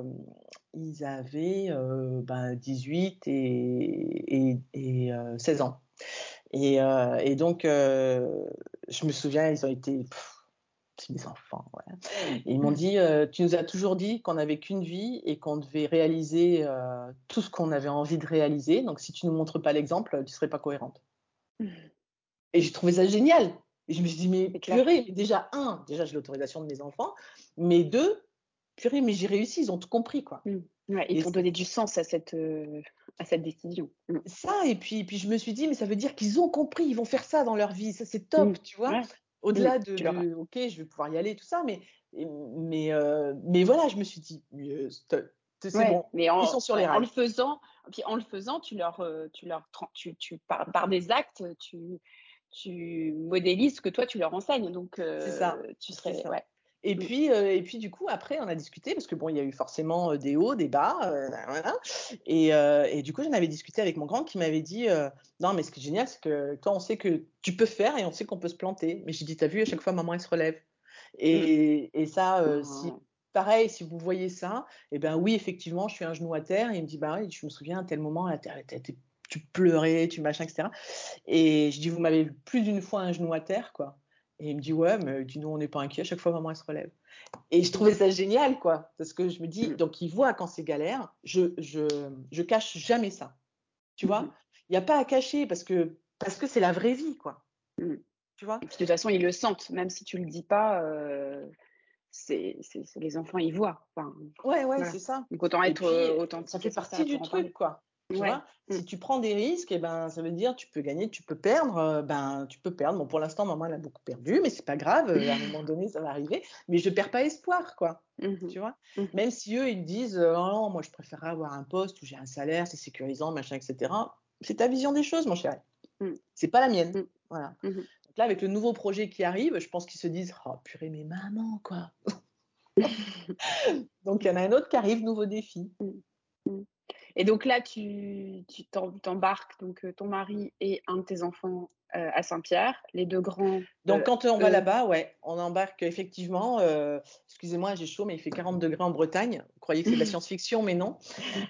18 et 16 ans. Et donc, je me souviens, ils ont été... c'est mes enfants, voilà. Et ils m'ont dit, tu nous as toujours dit qu'on n'avait qu'une vie et qu'on devait réaliser tout ce qu'on avait envie de réaliser. Donc, si tu ne nous montres pas l'exemple, tu ne serais pas cohérente. Et j'ai trouvé ça génial. Et je me suis dit, mais purée, déjà j'ai l'autorisation de mes enfants, mais 2, purée, mais j'ai réussi, ils ont tout compris, quoi.
Ouais, ils
Et
t'ont donné du sens à cette décision.
ça, et puis je me suis dit: «Mais ça veut dire qu'ils ont compris, ils vont faire ça dans leur vie, ça c'est
Mmh.
top», tu vois?
Ouais.
Au-delà
Tu leur as
de OK, je vais pouvoir y aller tout ça, mais voilà, je me suis dit: «Mais c'est
ouais,
bon,
mais
ils sont sur les
en le
rails».
faisant, puis en le faisant, tu leur tran tu par des actes, tu modélises ce que toi tu leur enseignes, donc
C'est ça,
tu
c'est
serais
ça.
ouais. Mmh.
Et puis du coup après on a discuté parce que bon, il y a eu forcément, des hauts, des bas, voilà, et du coup j'en avais discuté avec mon grand qui m'avait dit, «Non mais ce qui est génial, c'est que toi on sait que tu peux faire et on sait qu'on peut se planter». Mais j'ai dit: «Tu as vu à chaque fois maman elle se relève».
Mmh.
Et ça, si
Ouais.
pareil, si vous voyez ça, et ben oui effectivement je suis un genou à terre et il me dit: «Bah oui, je me souviens à tel moment là, tu pleurais, tu machin et cetera». Et je dis: «Vous m'avez vu plus d'une fois un genou à terre, quoi». Et il me dit: «Ouais, mais il dit: "Nous, on n'est pas inquiets, à chaque fois, maman, elle se relève"». Et je trouvais ça génial, quoi, parce que je me dis
Mmh.
donc il voit quand c'est galère, je cache jamais ça, tu
Mmh
vois?
mh.
Il y a pas à cacher parce que c'est la vraie vie, quoi,
Mmh.
tu vois?
Et puis de toute façon, ils le sentent, même si tu le dis pas, c'est les enfants, ils voient. Enfin,
Ouais, ouais,
voilà.
c'est ça.
Donc autant
Et
être,
puis, ça
authentique
fait
à ce stade
partie
pour
du
en
truc,
parler.
quoi, tu
Ouais.
vois?
Mmh.
Si tu prends des risques et ben, ça veut dire tu peux gagner, tu peux perdre, ben, tu peux perdre. Bon, pour l'instant, maman, elle a beaucoup perdu, mais c'est pas grave, à un moment donné, ça va arriver. Mais je perds pas espoir, quoi,
Mmh mh.
tu vois?
Mmh.
Même si eux, ils me disent, «Oh non, moi, je préférerais avoir un poste où j'ai un salaire, c'est sécurisant, machin et cetera». C'est ta vision des choses, mon chéri.
Mmh.
C'est pas la mienne.
Mmh.
Voilà.
Mmh mh.
Donc là, avec le nouveau projet qui arrive, je pense qu'ils se disent: «Oh purée, mais maman, quoi». Donc il y en a un autre qui arrive, nouveau défi.
Mmh. Mmh. Et donc là, tu t'embarques donc ton mari et un de tes enfants, à Saint-Pierre. Les 2 grands,
Donc quand on va
eux
là-bas, ouais, on embarque effectivement, excusez-moi, j'ai chaud, mais il fait 40 degrés en Bretagne. Vous croyez que c'est de la science-fiction, mais non.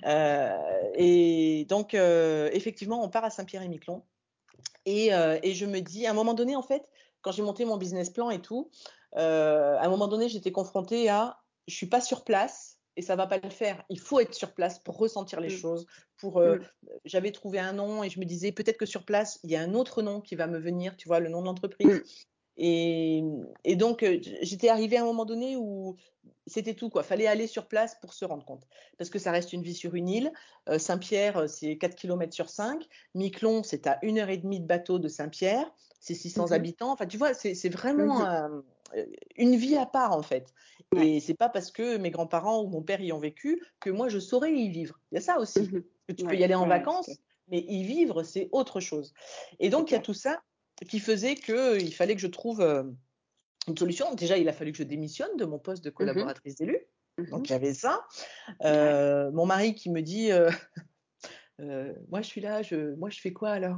Et donc effectivement, on part à Saint-Pierre-et-Miquelon et je me dis à un moment donné, en fait, quand j'ai monté mon business plan et tout, à un moment donné, j'étais confrontée à: «Je suis pas sur place et ça va pas le faire». Il faut être sur place pour ressentir les
mmh,
choses, pour,
mmh,
j'avais trouvé un nom et je me disais: «Peut-être que sur place, il y a un autre nom qui va me venir», tu vois? Le nom de l'entreprise.
mmh,
Et donc, j'étais arrivée à un moment donné où c'était tout, quoi. Fallait aller sur place pour se rendre compte. Parce que ça reste une vie sur une île. Saint-Pierre, c'est 4 kilomètres sur 5. Miquelon, c'est à 1 heure et demie de bateau de Saint-Pierre. C'est 600
mmh mh,
habitants. Enfin, tu vois, c'est vraiment,
mmh.
une vie à part, en fait.
Ouais.
Et c'est pas parce que mes grands-parents ou mon père y ont vécu que moi je saurais y vivre. Il y a ça aussi.
Mmh
Que tu
mh.
peux y
Ouais,
aller en
ouais, tout à
vacances, mais y vivre, c'est autre chose. Et
c'est
donc il y a
clair.
tout ça qui faisait qu'il fallait que je trouve, une solution. Déjà, il a fallu que je démissionne de mon poste de
Mmh mh.
collaboratrice d'élu.
Mmh.
Donc, il y avait ça.
Ouais.
Mon mari qui me dit, «Moi, je suis là, moi, je fais quoi alors?»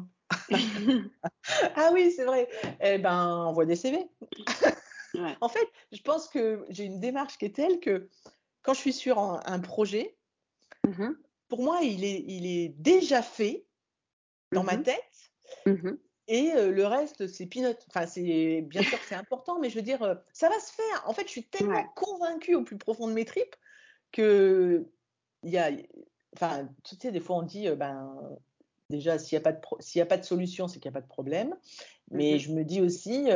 Ah oui, c'est vrai. Eh ben, envoie des CV.
Ouais.
En fait, je pense que j'ai une démarche qui est telle que quand je suis sur un projet,
Mmh mh.
pour moi, il est déjà fait dans ma
Mmh.
tête.
Mmh.
Et le reste, c'est peanuts. Enfin, c'est bien sûr que c'est important, mais je veux dire, ça va se faire. En fait, je suis tellement
Ouais.
convaincue au plus profond de mes tripes qu'il y a enfin, tu sais, des fois, on dit, ben, déjà, s'il y a pas de solution, c'est qu'il y a pas de problème.
Mmh
Mais
mh.
je me dis aussi,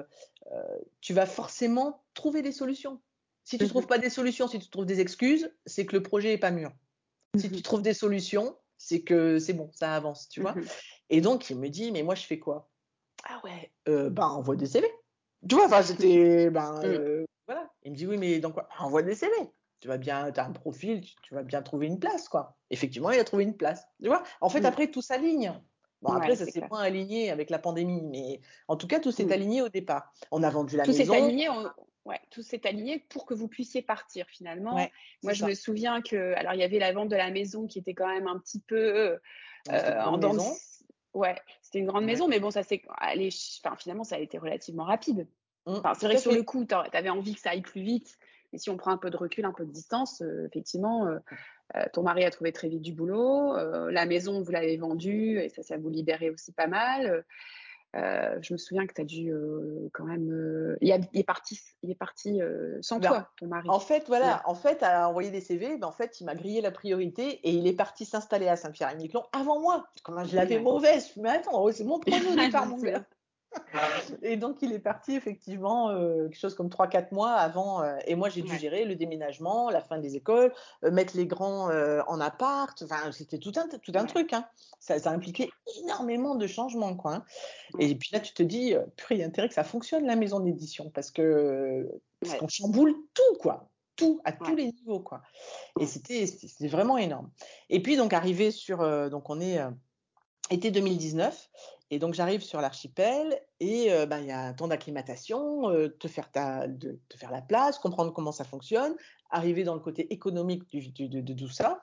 tu vas forcément trouver des solutions. Si tu
Mmh
trouves
mh.
pas des solutions, si tu trouves des excuses, c'est que le projet est pas mûr. Si tu
Mmh.
trouves des solutions, c'est que c'est bon, ça avance, tu vois?
Mmh.
Et donc il me dit: «Mais moi, je fais quoi?» «Ah ouais, ben, envoie des CV». Tu vois? Enfin,
Mmh.
c'était ben,
Mmh.
voilà. Il me dit: «Oui, mais dans quoi?» «Bah, envoie des CV. Tu as un profil, tu vas bien trouver une place, quoi». Effectivement, il a trouvé une place, tu vois? En fait,
Mmh.
après, tout s'aligne. Bon, après,
Ouais,
ça
c'est
s'est
clair.
moins aligné avec la pandémie, mais en tout cas, tout s'est
Mmh.
aligné au départ. On a vendu la
Tout s'est
maison.
aligné en Ouais, tout s'est aligné pour que vous puissiez partir finalement.
Ouais,
Moi,
c'est
je me
ça.
souviens que alors il y avait la vente de la maison qui était quand même un petit peu,
Ouais, c'était une
en
grande
dents de
maison.
s ouais, c'était une grande
Ouais.
maison, mais bon, ça s'est allé ch enfin finalement, ça a été relativement rapide. Enfin, c'est
Tout
vrai
à
que sur le
fait.
coup, tu avais envie que ça aille plus vite, mais si on prend un peu de recul, un peu de distance, effectivement, ton mari a trouvé très vite du boulot, la maison, vous l'avez vendue et ça vous libérait aussi pas mal. Je me souviens que tu as dû, quand même, il est parti, sans
Ben,
toi, ton
en
mari?
fait,
Ouais.
voilà, en fait, à envoyer des CV, ben, en fait, il m'a grillé la priorité et il est parti s'installer à Saint-Pierre-et-Miquelon avant moi. Comment je l'avais
Ouais.
mauvaise. Mais attends, oh, c'est mon projet au
Ouais, je
départ,
me
mon
souviens.
gars. Et donc, il est parti effectivement quelque chose comme 3-4 mois avant. Et moi, j'ai dû
Ouais.
gérer le déménagement, la fin des écoles, mettre les grands en appart. Enfin, c'était tout un
Ouais.
truc. Hein. Ça impliquait énormément de changements, quoi. Hein.
Ouais.
Et puis là, tu te dis, purée, il y a intérêt que ça fonctionne, la maison d'édition, parce
Ouais.
qu'on chamboule tout, quoi. Tout, à tous
Ouais.
les niveaux, quoi. Et
Ouais.
c'était vraiment énorme. Et puis, donc, arrivé sur. Donc, on est. Été 2019 et donc j'arrive sur l'archipel et il y a un temps d'acclimatation, te faire la place, comprendre comment ça fonctionne, arriver dans le côté économique de tout ça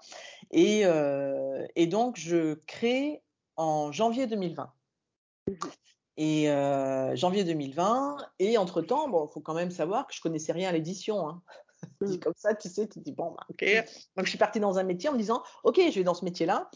et donc je crée en janvier 2020
Mmh.
et janvier 2020 et entre-temps, bon, faut quand même savoir que je connaissais rien à l'édition, hein. Dit
Mmh.
comme ça, tu sais, tu te dis: «Bon, bah, OK». Donc je suis partie dans un métier en me disant: «OK, je vais dans ce métier-là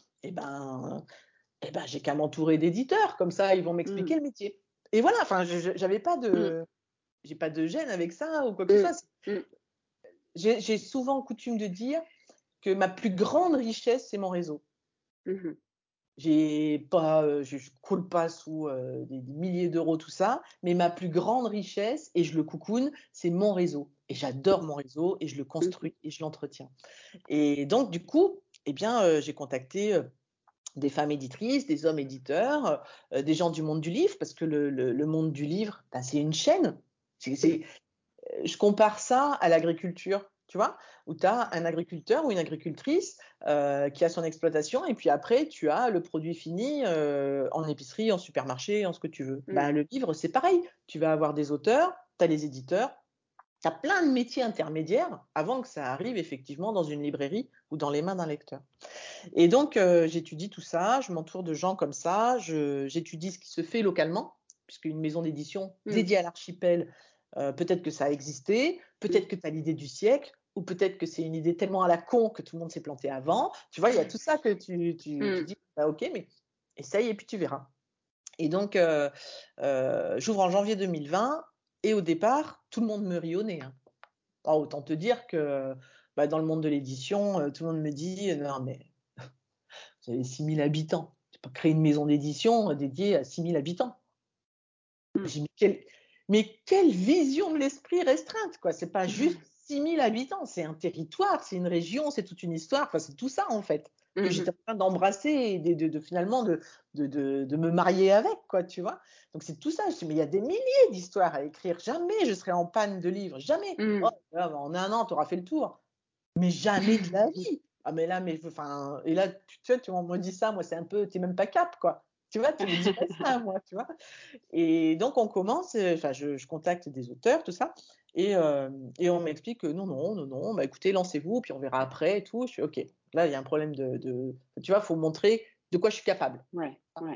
et ben, j'ai qu'à m'entourer d'éditeurs, comme ça, ils vont
Mmh.
m'expliquer le métier». Et voilà, enfin, j'avais pas
Mmh.
j'ai pas de gêne avec ça ou quoi que ce
Mmh.
soit.
Mmh.
J'ai souvent coutume de dire que ma plus grande richesse, c'est mon réseau.
Mmh.
J'ai pas, je coule pas sous des milliers d'euros, tout ça, mais ma plus grande richesse, et je le coucoune, c'est mon réseau. Et j'adore mon réseau et je le
Mmh.
construis et je l'entretiens. Et donc, du coup, eh bien, j'ai contacté des femmes éditrices, des hommes éditeurs, des gens du monde du livre, parce que le monde du livre, ben, c'est une chaîne. C'est, je compare ça à l'agriculture, tu vois, où tu as un agriculteur ou une agricultrice qui a son exploitation, et puis après, tu as le produit fini en épicerie, en supermarché, en ce que tu veux.
Mmh.
Ben, le livre, c'est pareil. Tu vas avoir des auteurs, tu as les éditeurs, tu as plein de métiers intermédiaires avant que ça arrive effectivement dans une librairie ou dans les mains d'un lecteur. Et donc, j'étudie tout ça, je m'entoure de gens comme ça, j'étudie ce qui se fait localement, puisqu'une maison d'édition
Mmh.
dédiée à l'archipel, peut-être que ça a existé,
Mmh.
peut-être que tu as l'idée du siècle, ou peut-être que c'est une idée tellement à la con que tout le monde s'est planté avant. Tu vois, il y a tout ça que tu
Mmh.
dis, bah, OK, mais essaye et puis tu verras. Et donc, j'ouvre en janvier 2020 et au départ, tout le monde me rit au nez. Hein. Alors, autant te dire que bah, dans le monde de l'édition, tout le monde me dit, non mais vous avez 6000 habitants. Tu peux pas créer une maison d'édition dédiée à 6000 habitants.
Mmh.
J'ai dit, mais quelle vision de l'esprit restreinte, quoi. C'est pas juste 6000 habitants, c'est un territoire, c'est une région, c'est toute une histoire. Enfin, c'est tout ça, en fait, que
Mmh.
j'étais en train d'embrasser et finalement de me marier avec, quoi, tu vois. Donc, c'est tout ça. Je dis, mais il y a des milliers d'histoires à écrire. Jamais je serai en panne de livres. Jamais. Oh,
Mmh.
là, en un an, tu auras fait le tour. Mais jamais de la vie. Ah, mais là, mais enfin, et là, tu me dis ça, moi, c'est un peu, t'es même pas cap, quoi. Tu vois, tu me dis pas ça, moi, tu vois. Et donc, on commence, enfin, je contacte des auteurs, tout ça, et on m'explique que non, non, non, non, bah écoutez, lancez-vous, puis on verra après et tout. Je suis OK. Là, il y a un problème tu vois, il faut montrer de quoi je suis capable.
Ouais. Ouais.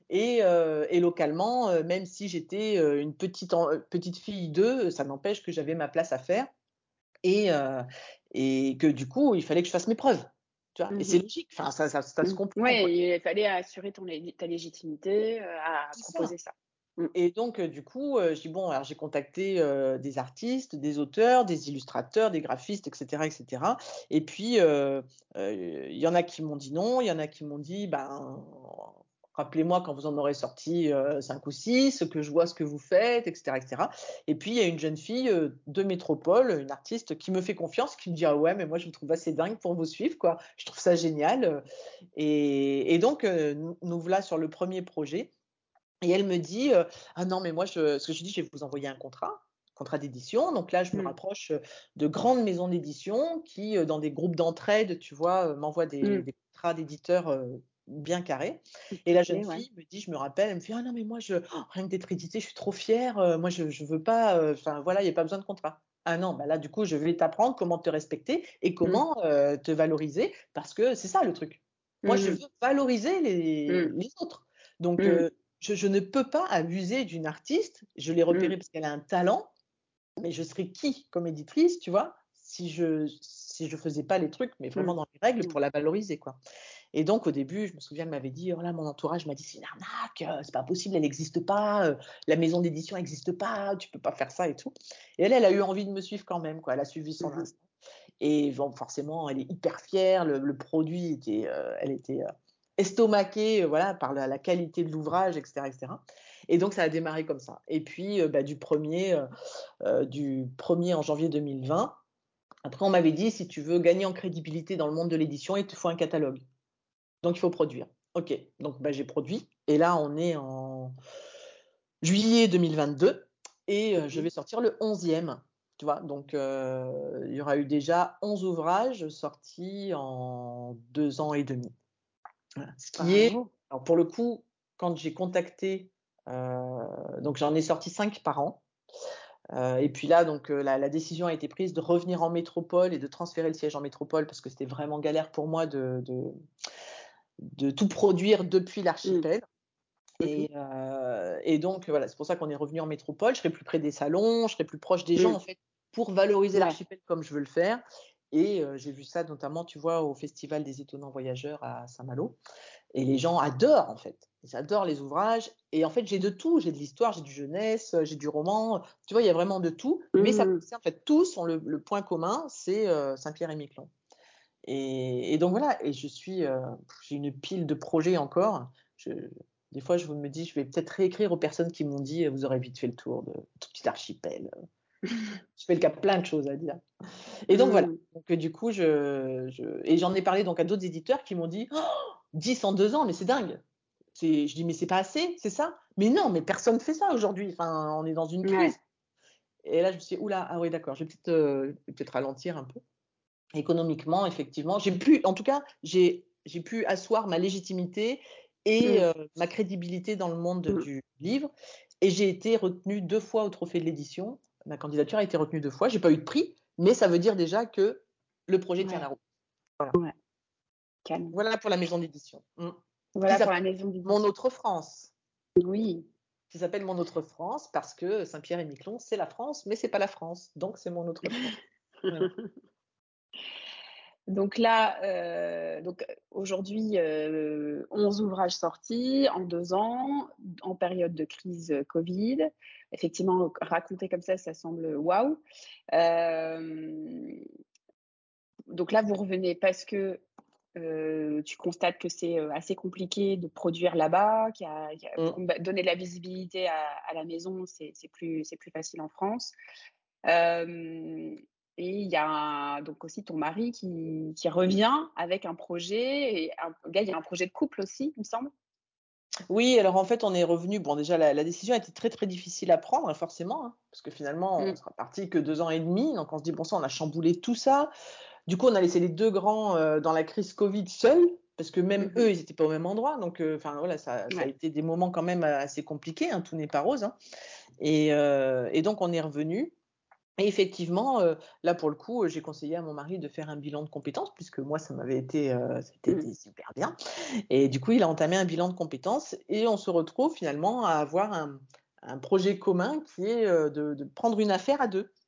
Et localement, même si j'étais une petite fille d'eux, ça n'empêche que j'avais ma place à faire et, euh, et que du coup, il fallait que je fasse mes preuves. Tu vois, et c'est
Mmh.
logique, enfin, ça se
Mmh.
comprend, quoi.
Ouais, il fallait assurer ta légitimité, à
C'est ça.
proposer ça. Mmh.
Et donc, du coup, je dis bon, alors j'ai contacté des artistes, des auteurs, des illustrateurs, des graphistes, etc., etc. Et cetera. Et puis, il y en a qui m'ont dit non, il y en a qui m'ont dit, ben, rappelez-moi quand vous en aurez sorti 5 ou 6, que je vois ce que vous faites, etc., etc. Et puis, il y a une jeune fille de métropole, une artiste, qui me fait confiance, qui me dit, ah ouais, mais moi, je me trouve assez dingue pour vous suivre, quoi. Je trouve ça génial. Et donc, nous voilà sur le premier projet. Et elle me dit, ah non, mais moi, ce que je dis, je vais vous envoyer un contrat d'édition. Donc là, je me
Mmh.
rapproche de grandes maisons d'édition qui, dans des groupes d'entraide, tu vois, m'envoient
Mmh.
des contrats d'éditeurs bien carrés. Et la jeune
Ficelé, ouais.
fille me dit, je me rappelle, elle me fait, ah non, mais moi, rien que d'être éditée, je suis trop fière. Moi, je veux pas, enfin voilà, il n'y a pas besoin de contrat. Ah non, bah là, du coup, je vais t'apprendre comment te respecter et
Mmh.
comment te valoriser, parce que c'est ça le truc. Moi, je
Mmh.
veux valoriser
Mmh.
les autres. Donc,
Mmh.
je ne peux pas abuser d'une artiste. Je l'ai
Mmh.
repérée parce qu'elle a un talent, mais je serais qui comme éditrice, tu vois, si je faisais pas les trucs, mais
Mmh.
vraiment dans les règles
Ouais.
pour la valoriser, quoi. Et donc, au début, je me souviens, elle m'avait dit, oh là, mon entourage m'a dit, c'est une arnaque, c'est pas possible, elle n'existe pas, la maison d'édition n'existe pas, tu peux pas faire ça et tout. Et elle a eu envie de me suivre quand même, quoi. Elle a suivi son
Mmh.
instinct. Et bon, forcément, elle est hyper fière. Le produit était, elle était estomaquée, voilà, par la qualité de l'ouvrage, etc., etc. Et donc, ça a démarré comme ça. Et puis, du 1er en janvier 2020, après, on m'avait dit, si tu veux gagner en crédibilité dans le monde de l'édition, il te faut un catalogue. Donc, il faut produire. OK, donc j'ai produit. Et là, on est en juillet 2022 et je vais sortir le 11e. Tu vois, donc il y aura eu déjà 11 ouvrages sortis en 2 ans et demi. Voilà. Ce qui est, alors pour le coup, quand j'ai contacté, donc j'en ai sorti 5 par an. Et puis là, donc la décision a été prise de revenir en métropole et de transférer le siège en métropole parce que c'était vraiment galère pour moi de tout produire depuis l'archipel. Et donc voilà, c'est pour ça qu'on est revenu en métropole. Je serai plus près des salons, je serai plus proche des gens en fait, pour valoriser l'archipel comme je veux le faire. Et j'ai vu ça notamment, tu vois, au Festival des Étonnants Voyageurs à Saint-Malo. Et les gens adorent en fait. Ils adorent les ouvrages. Et en fait, j'ai de tout. J'ai de l'histoire, j'ai du jeunesse, j'ai du roman. Tu vois, il y a vraiment de tout. Mais ça concerne en fait tous ont le point commun, c'est Saint-Pierre et Miquelon. Et donc voilà. Et j'ai une pile de projets encore. Des fois, je me dis, je vais peut-être réécrire aux personnes qui m'ont dit, vous aurez vite fait le tour de tout petit archipel. Je fais le cas, plein de choses à dire. Et donc voilà. Donc du coup, et j'en ai parlé donc à d'autres éditeurs qui m'ont dit, 10 en 2 ans, mais c'est dingue. Je dis, mais c'est pas assez, c'est ça? Mais non, mais personne ne fait ça aujourd'hui. Enfin, on est dans une crise. Et là, je me suis dit, oula, ah oui, d'accord, je vais peut-être ralentir un peu. Économiquement, effectivement, en tout cas, j'ai pu asseoir ma légitimité et ma crédibilité dans le monde du livre. Et j'ai été retenue 2 fois au Trophée de l'édition. Ma candidature a été retenue 2 fois. J'ai pas eu de prix, mais ça veut dire déjà que le projet tient la route. Voilà. Voilà pour la maison d'édition.
Voilà pour la maison d'édition.
Mon Autre France.
Oui.
Qui s'appelle Mon Autre France parce que Saint-Pierre et Miquelon, c'est la France, mais c'est pas la France. Donc, c'est Mon Autre France. Voilà.
Donc là, aujourd'hui, 11 ouvrages sortis en 2 ans, en période de crise Covid. Effectivement, raconter comme ça semble waouh. Donc là, vous revenez parce que tu constates que c'est assez compliqué de produire là-bas, donner de la visibilité à la maison, c'est plus facile en France. Et il y a donc aussi ton mari qui revient avec un projet. Et il y a un projet de couple aussi, il me semble.
Oui, alors en fait, on est revenu. Bon, déjà, la décision a été très, très difficile à prendre, forcément, hein, parce que finalement, on sera parti que 2 ans et demi. Donc, on se dit, bon sang, on a chamboulé tout ça. Du coup, on a laissé les 2 grands dans la crise Covid seuls, parce que même eux, ils n'étaient pas au même endroit. Donc, voilà, ça a été des moments quand même assez compliqués. Hein, tout n'est pas rose. Hein. Et donc, on est revenu. Et effectivement, là, pour le coup, j'ai conseillé à mon mari de faire un bilan de compétences, puisque moi, ça m'avait été super bien. Et du coup, il a entamé un bilan de compétences et on se retrouve finalement à avoir un projet commun qui est de prendre une affaire à 2.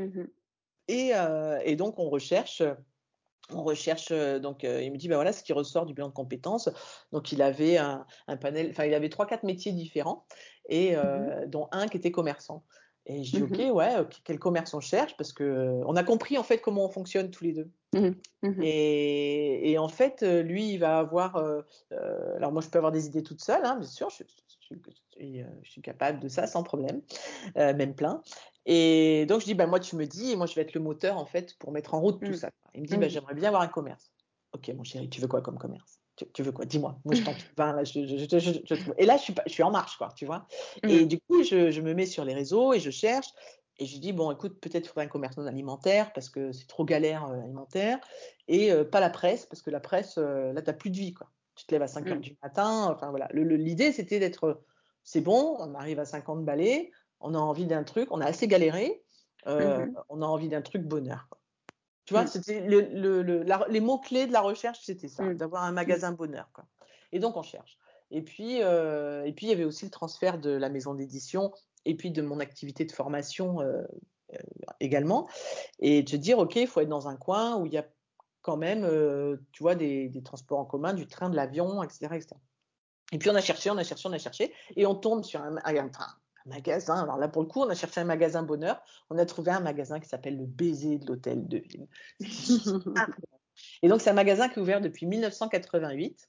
Et donc, on recherche. Donc il me dit, voilà ce qui ressort du bilan de compétences. Donc, il avait un panel, enfin, il avait 3-4 métiers différents, et dont un qui était commerçant. Et je dis, OK, quel commerce on cherche? Parce qu'on a compris, en fait, comment on fonctionne tous les deux. Et en fait, lui, il va avoir... alors, moi, je peux avoir des idées toute seule, hein, bien sûr, je suis capable de ça sans problème, même plein. Et donc, je dis, moi, tu me dis, et moi, je vais être le moteur, en fait, pour mettre en route tout ça. Il me dit, j'aimerais bien avoir un commerce. OK, mon chéri, tu veux quoi comme commerce? Tu veux quoi? Dis-moi. Moi, je t'en trouve un. Là, et là, je suis en marche, quoi, tu vois. Et du coup, je me mets sur les réseaux et je cherche. Et je dis, bon, écoute, peut-être il faudrait un commerce non alimentaire parce que c'est trop galère alimentaire. Et pas la presse, parce que la presse, là, tu n'as plus de vie, quoi. Tu te lèves à 5 heures du matin. Enfin, voilà. L'idée, c'était d'être, c'est bon, on arrive à 50 balais, on a envie d'un truc, on a assez galéré, on a envie d'un truc bonheur, quoi. Tu vois, c'était les mots-clés de la recherche, c'était ça, d'avoir un magasin bonheur, quoi. Et donc, on cherche. Et puis, il y avait aussi le transfert de la maison d'édition et puis de mon activité de formation également. Et de se dire, OK, il faut être dans un coin où il y a quand même, tu vois, des transports en commun, du train, de l'avion, etc., etc. Et puis, on a cherché, et on tombe sur un magasin. Alors là, pour le coup, on a cherché un magasin bonheur. On a trouvé un magasin qui s'appelle Le Baiser de l'Hôtel de Ville. Et donc, c'est un magasin qui est ouvert depuis 1988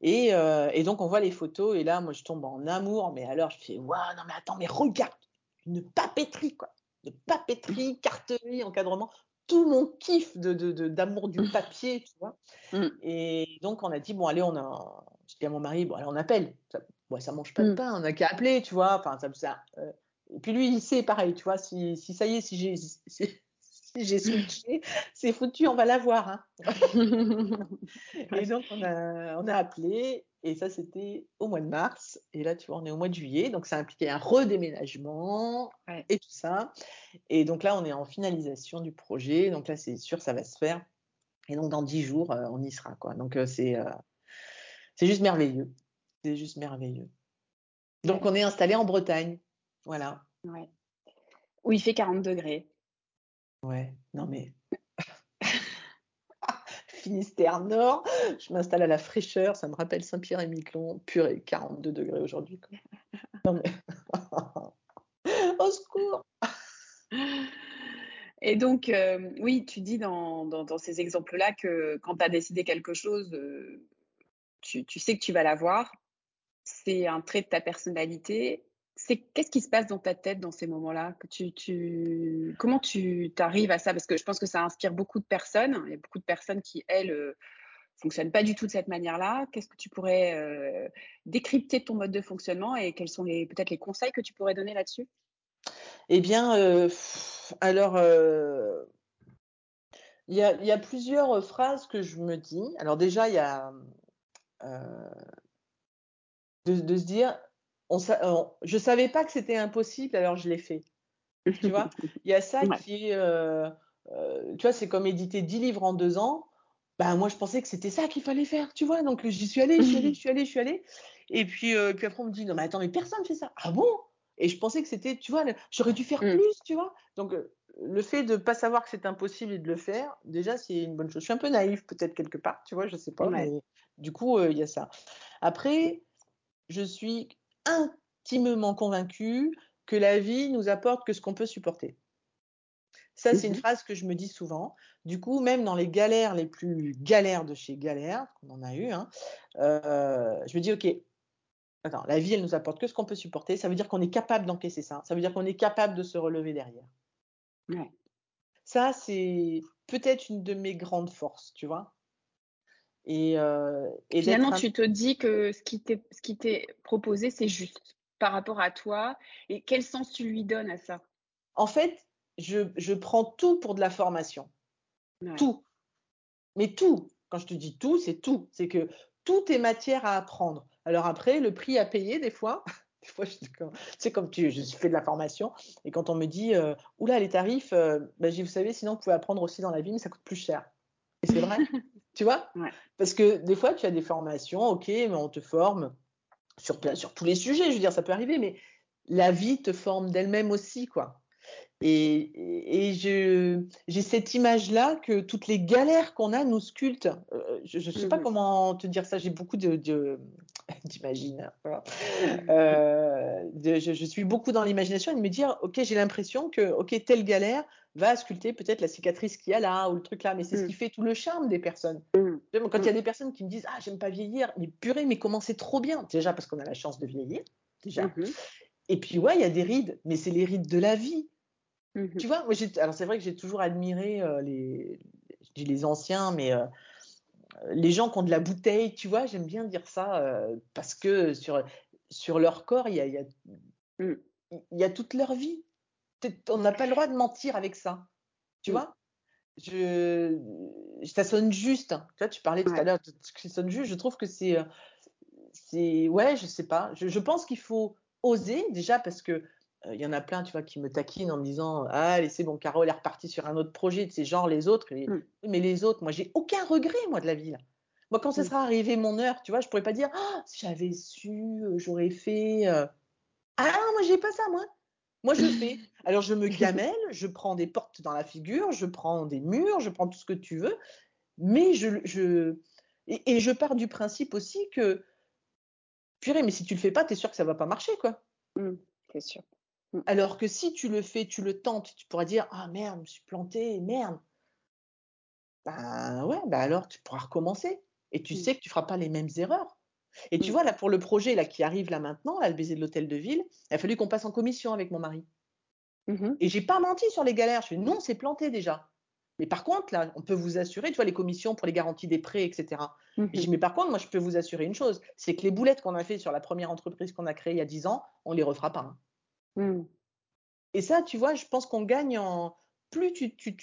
Et donc, on voit les photos. Et là, moi, je tombe en amour. Mais alors, je fais, waouh, non, mais attends, mais regarde, une papeterie, quoi. Une papeterie, cartonnerie, encadrement. Tout mon kiff d'amour du papier, tu vois. Et donc, on a dit, bon, allez, je dis à mon mari, bon, allez, on appelle. Ça mange pas de pain, on n'a qu'à appeler, tu vois. Enfin, et puis lui, il sait, pareil, tu vois, si ça y est, si j'ai switché, c'est foutu, on va l'avoir, hein. Et donc, on a appelé, et ça, c'était au mois de mars. Et là, tu vois, on est au mois de juillet, donc ça impliquait un redéménagement et tout ça. Et donc là, on est en finalisation du projet. Donc là, c'est sûr, ça va se faire. Et donc, dans 10 jours, on y sera, quoi. Donc, c'est juste merveilleux. C'est juste merveilleux. Donc, on est installé en Bretagne. Voilà.
Ouais. Où il fait 40 degrés.
Ouais, non mais Finistère Nord, je m'installe à la fraîcheur, ça me rappelle Saint-Pierre-et-Miquelon, purée, 42 degrés aujourd'hui, quoi. Non mais, au secours!
Et donc, oui, tu dis dans ces exemples-là que quand tu as décidé quelque chose, tu sais que tu vas l'avoir. C'est un trait de ta personnalité. Qu'est-ce qui se passe dans ta tête dans ces moments-là? Comment tu arrives à ça? Parce que je pense que ça inspire beaucoup de personnes. Il y a beaucoup de personnes qui, elles, fonctionnent pas du tout de cette manière-là. Qu'est-ce que tu pourrais décrypter ton mode de fonctionnement et quels sont peut-être les conseils que tu pourrais donner là-dessus?
Eh bien, alors, il y a plusieurs phrases que je me dis. Alors déjà, il y a de se dire, je savais pas que c'était impossible, alors je l'ai fait. Tu vois, il y a ça
Ouais.
qui est, tu vois, c'est comme éditer 10 livres en 2 ans. Ben, moi, je pensais que c'était ça qu'il fallait faire, tu vois. Donc, j'y suis allée, j'y suis allée. Et puis après, on me dit, non, mais attends, mais personne fait ça. Ah bon? Et je pensais que c'était, tu vois, j'aurais dû faire plus, tu vois. Donc, le fait de ne pas savoir que c'est impossible et de le faire, déjà, c'est une bonne chose. Je suis un peu naïve, peut-être, quelque part, tu vois, je sais pas.
Ouais.
Mais du coup, il y a ça. Après, je suis intimement convaincue que la vie nous apporte que ce qu'on peut supporter. Ça, c'est une phrase que je me dis souvent. Du coup, même dans les galères les plus galères de chez galères, qu'on en a eu, hein, je me dis, OK, attends, la vie, elle nous apporte que ce qu'on peut supporter. Ça veut dire qu'on est capable d'encaisser ça. Ça veut dire qu'on est capable de se relever derrière.
Ouais.
Ça, c'est peut-être une de mes grandes forces, tu vois. Et
Finalement,
d'être
tu te dis que ce qui t'est proposé, c'est juste par rapport à toi. Et quel sens tu lui donnes à ça?
En fait, je prends tout pour de la formation.
Ouais.
Tout. Mais tout. Quand je te dis tout, c'est tout. C'est que tout est matière à apprendre. Alors après, le prix à payer, des fois, tu sais, comme je fais de la formation, et quand on me dit, oula, les tarifs, ben, vous savez, sinon, vous pouvez apprendre aussi dans la vie, mais ça coûte plus cher. Et c'est vrai, tu vois?
Ouais.
Parce que des fois, tu as des formations, ok, mais on te forme sur tous les sujets, je veux dire, ça peut arriver, mais la vie te forme d'elle-même aussi, quoi. Et j'ai cette image-là que toutes les galères qu'on a nous sculptent. Je ne sais pas comment te dire ça, j'ai beaucoup d'imaginaire. Voilà. Je suis beaucoup dans l'imagination et de me dire, ok, j'ai l'impression que ok, telle galère va sculpter peut-être la cicatrice qu'il y a là ou le truc là, mais c'est ce qui fait tout le charme des personnes. Quand il y a des personnes qui me disent, ah, j'aime pas vieillir, mais purée, mais comment c'est trop bien. Déjà parce qu'on a la chance de vieillir, déjà. Et puis ouais, il y a des rides, mais c'est les rides de la vie. Tu vois, moi, alors c'est vrai que j'ai toujours admiré je dis les anciens, mais les gens qui ont de la bouteille, tu vois, j'aime bien dire ça parce que sur leur corps, il y a toute leur vie. On n'a pas le droit de mentir avec ça, tu vois. Ça sonne juste. Tu vois, tu parlais tout à l'heure de ce qui sonne juste. Je trouve que ouais, je sais pas. Je pense qu'il faut oser déjà parce que il y en a plein, tu vois, qui me taquinent en me disant, ah, allez, c'est bon, Caro, elle est repartie sur un autre projet, tu sais, genre les autres. Oui, mais les autres, moi, j'ai aucun regret, moi, de la vie, là. Moi, quand ce sera arrivé mon heure, tu vois, je pourrais pas dire, ah, si j'avais su, j'aurais fait. Ah non, moi, j'ai pas ça, moi. Moi, je fais. Alors, je me gamelle, je prends des portes dans la figure, je prends des murs, je prends tout ce que tu veux, mais et je pars du principe aussi que, purée, mais si tu le fais pas, t'es sûr que ça va pas marcher, quoi.
C'est sûr.
Alors que si tu le fais, tu le tentes, tu pourras dire, ah merde, je me suis planté, merde. Ben ouais, ben alors tu pourras recommencer. Et tu sais que tu feras pas les mêmes erreurs. Et tu vois, là, pour le projet là, qui arrive là maintenant, là, le baiser de l'hôtel de ville, il a fallu qu'on passe en commission avec mon mari. Et j'ai pas menti sur les galères. Je fais non, c'est planté déjà. Mais par contre, là, on peut vous assurer, tu vois, les commissions pour les garanties des prêts, etc. Je dis, mais par contre, moi, je peux vous assurer une chose, c'est que les boulettes qu'on a fait sur la première entreprise qu'on a créée il y a 10 ans, on les refera pas. Et ça, tu vois, je pense qu'on gagne en… Plus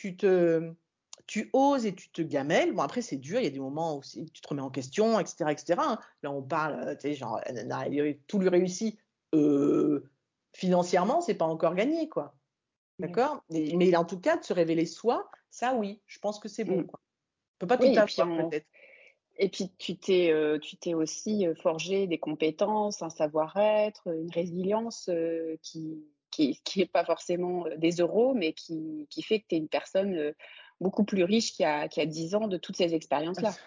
tu oses et tu te gamelles. Bon, après, c'est dur. Il y a des moments où tu te remets en question, etc., etc. Là, on parle, tu sais, genre, tout lui réussit. Financièrement, c'est pas encore gagné, quoi. D'accord? Mais en tout cas, de se révéler soi, ça, oui, je pense que c'est bon, quoi. On peut pas tout
Oui,
avoir, peut-être.
et puis tu t'es aussi forgé des compétences, un savoir-être, une résilience qui est pas forcément des euros, mais qui fait que tu es une personne beaucoup plus riche qu'il y a 10 ans de toutes ces expériences-là.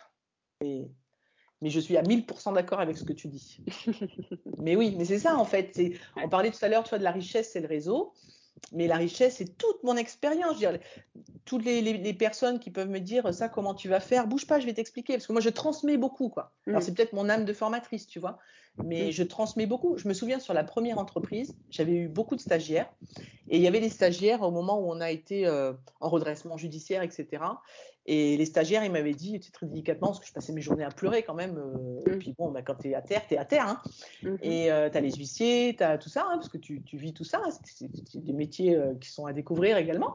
Mais je suis à 1000% d'accord avec ce que tu dis. Mais oui, mais c'est ça, en fait. On parlait tout à l'heure, tu vois, de la richesse, c'est le réseau. Mais la richesse, c'est toute mon expérience. Je veux dire, toutes les personnes qui peuvent me dire ça, comment tu vas faire, bouge pas, je vais t'expliquer. Parce que moi, je transmets beaucoup, quoi. Alors, c'est peut-être mon âme de formatrice, tu vois, mais je transmets beaucoup. Je me souviens, sur la première entreprise, j'avais eu beaucoup de stagiaires. Et il y avait des stagiaires au moment où on a été en redressement judiciaire, etc. Et les stagiaires, ils m'avaient dit, très délicatement, parce que je passais mes journées à pleurer quand même. Et puis bon, bah, quand t'es à terre, hein. Et tu as les huissiers, tu as tout ça, hein, parce que tu vis tout ça. C'est des métiers qui sont à découvrir également.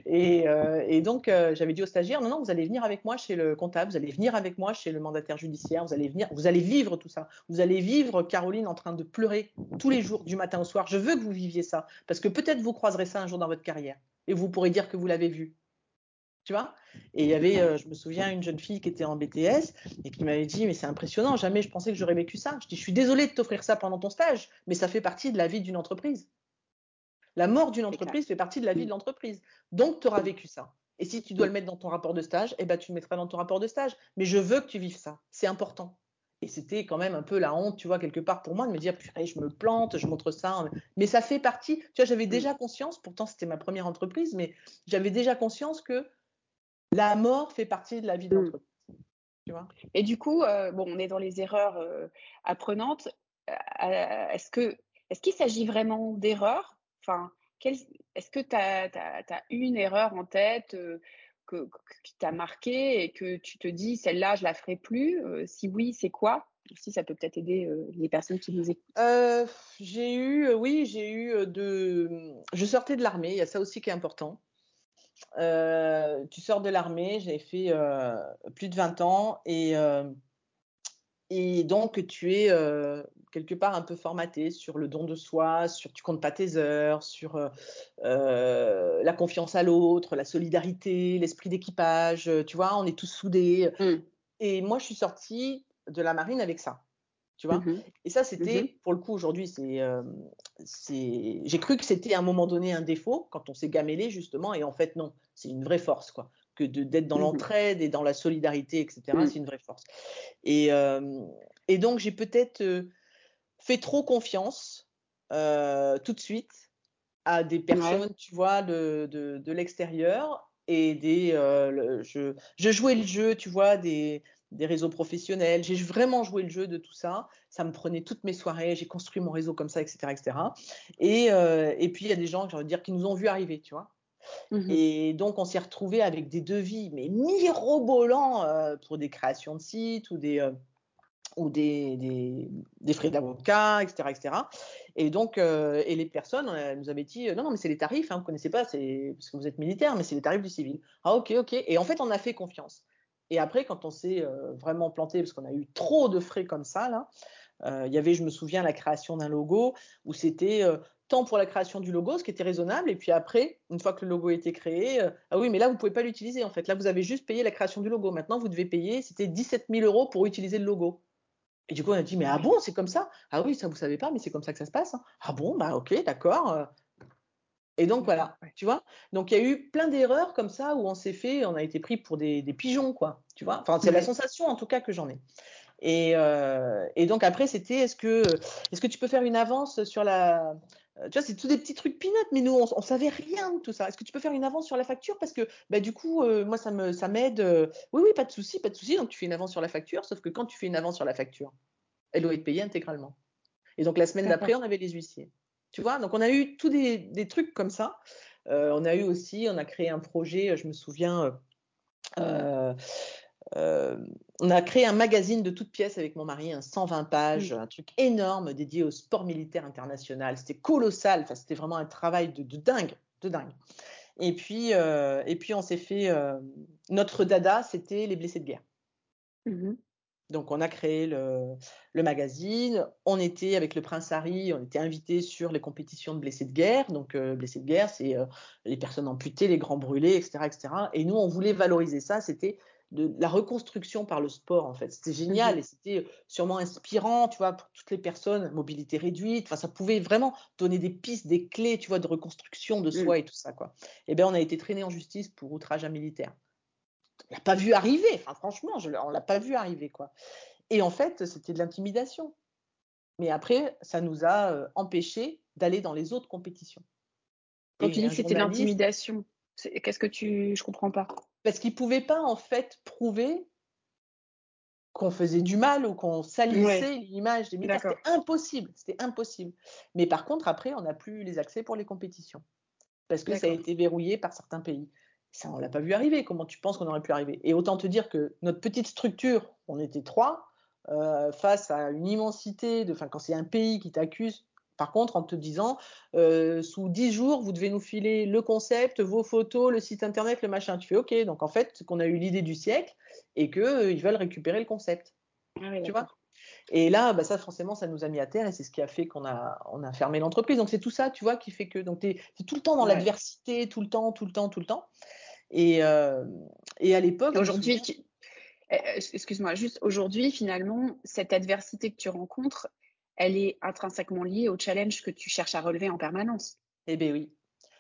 Et donc, j'avais dit aux stagiaires, non, vous allez venir avec moi chez le comptable, vous allez venir avec moi chez le mandataire judiciaire, vous allez vivre tout ça. Vous allez vivre Caroline en train de pleurer tous les jours, du matin au soir. Je veux que vous viviez ça, parce que peut-être vous croiserez ça un jour dans votre carrière. Et vous pourrez dire que vous l'avez vu. Tu vois? Et il y avait, je me souviens, une jeune fille qui était en BTS et qui m'avait dit, mais c'est impressionnant, jamais je pensais que j'aurais vécu ça. Je dis, je suis désolée de t'offrir ça pendant ton stage, mais ça fait partie de la vie d'une entreprise. La mort d'une entreprise fait partie de la vie de l'entreprise. Donc, tu auras vécu ça. Et si tu dois le mettre dans ton rapport de stage, eh ben, tu le mettras dans ton rapport de stage. Mais je veux que tu vives ça. C'est important. Et c'était quand même un peu la honte, tu vois, quelque part pour moi, de me dire, purée, je me plante, je montre ça. Mais ça fait partie, tu vois, j'avais déjà conscience, pourtant c'était ma première entreprise, mais j'avais déjà conscience que la mort fait partie de la vie de l'entreprise. Tu vois.
Et du coup, bon, on est dans les erreurs apprenantes. Est-ce qu'il s'agit vraiment d'erreurs? Enfin, est-ce que tu as une erreur en tête qui t'a marqué et que tu te dis, celle-là, je la ferai plus? Si oui, c'est quoi? Si ça peut peut-être aider les personnes qui nous écoutent.
J'ai eu je sortais de l'armée, il y a ça aussi qui est important. Tu sors de l'armée, j'avais fait plus de 20 ans et donc tu es quelque part un peu formaté sur le don de soi, tu comptes pas tes heures, sur la confiance à l'autre, la solidarité, l'esprit d'équipage, tu vois, on est tous soudés. Et moi, je suis sortie de la marine avec ça. Tu vois. Et ça, c'était, pour le coup, aujourd'hui, j'ai cru que c'était à un moment donné un défaut, quand on s'est gamellé, justement, et en fait, non, c'est une vraie force, quoi. Que d'être dans l'entraide et dans la solidarité, etc., c'est une vraie force. Et donc, j'ai peut-être fait trop confiance tout de suite à des personnes, tu vois, de l'extérieur, et je jouais le jeu, tu vois, des réseaux professionnels. J'ai vraiment joué le jeu de tout ça. Ça me prenait toutes mes soirées. J'ai construit mon réseau comme ça, etc., etc. Et puis, il y a des gens, j'ai envie de dire, qui nous ont vu arriver, tu vois. Et donc, on s'est retrouvés avec des devis, mais mirobolants pour des créations de sites ou des frais d'avocat, etc., etc. Et donc, et les personnes nous avaient dit, non, mais c'est les tarifs, hein, vous connaissez pas, c'est parce que vous êtes militaire, mais c'est les tarifs du civil. Ah, ok. Et en fait, on a fait confiance. Et après, quand on s'est vraiment planté, parce qu'on a eu trop de frais comme ça, là, il y avait, je me souviens, la création d'un logo où c'était tant pour la création du logo, ce qui était raisonnable, et puis après, une fois que le logo était créé, ah oui, mais là, vous pouvez pas l'utiliser, en fait. Là, vous avez juste payé la création du logo. Maintenant, vous devez payer, c'était 17 000 € pour utiliser le logo. Et du coup, on a dit, mais ah bon, c'est comme ça? Ah oui, ça, vous savez pas, mais c'est comme ça que ça se passe, hein. Ah bon, bah ok, d'accord. Et donc, voilà, tu vois. Donc, il y a eu plein d'erreurs comme ça où on a été pris pour des pigeons, quoi, tu vois. Enfin, c'est la sensation, en tout cas, que j'en ai. Et donc, après, c'était, est-ce que tu peux faire une avance sur la… Tu vois, c'est tous des petits trucs peanuts, mais nous, on savait rien de tout ça. Est-ce que tu peux faire une avance sur la facture? Parce que, bah, du coup, moi, ça m'aide. Oui, pas de souci, pas de souci. Donc, tu fais une avance sur la facture, sauf que quand tu fais une avance sur la facture, Elle doit être payée intégralement. Et donc, la semaine d'après, on avait les huissiers. Tu vois, donc on a eu tous des trucs comme ça. On a créé un projet, je me souviens, on a créé un magazine de toutes pièces avec mon mari, un 120 pages, un truc énorme dédié au sport militaire international. C'était colossal, enfin, c'était vraiment un travail de dingue, de dingue. Et puis on s'est fait, notre dada, c'était les blessés de guerre. Donc, on a créé le magazine. On était avec le Prince Harry, on était invités sur les compétitions de blessés de guerre. Donc, blessés de guerre, c'est les personnes amputées, les grands brûlés, etc., etc. Et nous, on voulait valoriser ça. C'était de la reconstruction par le sport, en fait. C'était génial et c'était sûrement inspirant, tu vois, pour toutes les personnes, mobilité réduite. Enfin, ça pouvait vraiment donner des pistes, des clés, tu vois, de reconstruction de soi et tout ça, quoi. Et bien, on a été traîné en justice pour outrage à militaire. On l'a pas vu arriver. Enfin, franchement, on l'a pas vu arriver, quoi. Et en fait, c'était de l'intimidation. Mais après, ça nous a empêchés d'aller dans les autres compétitions.
Quand tu
Et
dis
un
que c'était de
journaliste,
l'intimidation, qu'est-ce que je comprends pas.
parce qu'il pouvait pas en fait prouver qu'on faisait du mal ou qu'on salissait
Ouais,
l'image des militaires.
d'accord.
C'était impossible. Mais par contre, après, on n'a plus les accès pour les compétitions. Parce que ça a
D'accord.
été verrouillé par certains pays. Ça, on l'a pas vu arriver. Comment tu penses qu'on aurait pu arriver? Et autant te dire que notre petite structure, on était 3, face à une immensité quand c'est un pays qui t'accuse, par contre, en te disant, sous 10 jours, vous devez nous filer le concept, vos photos, le site internet, le machin. Tu fais OK. Donc, en fait, qu'on a eu l'idée du siècle et qu'ils veulent récupérer le concept.
Ah oui,
Tu vois?
d'accord.
Et là, ça, forcément, ça nous a mis à terre et c'est ce qui a fait qu'on a fermé l'entreprise. Donc, c'est tout ça, tu vois, qui fait que. Donc, t'es tout le temps dans l'adversité, tout le temps. Et à l'époque, je me
Aujourd'hui,
souviens.
excuse-moi, juste aujourd'hui, finalement, cette adversité que tu rencontres, elle est intrinsèquement liée au challenge que tu cherches à relever en permanence.
Eh bien, oui.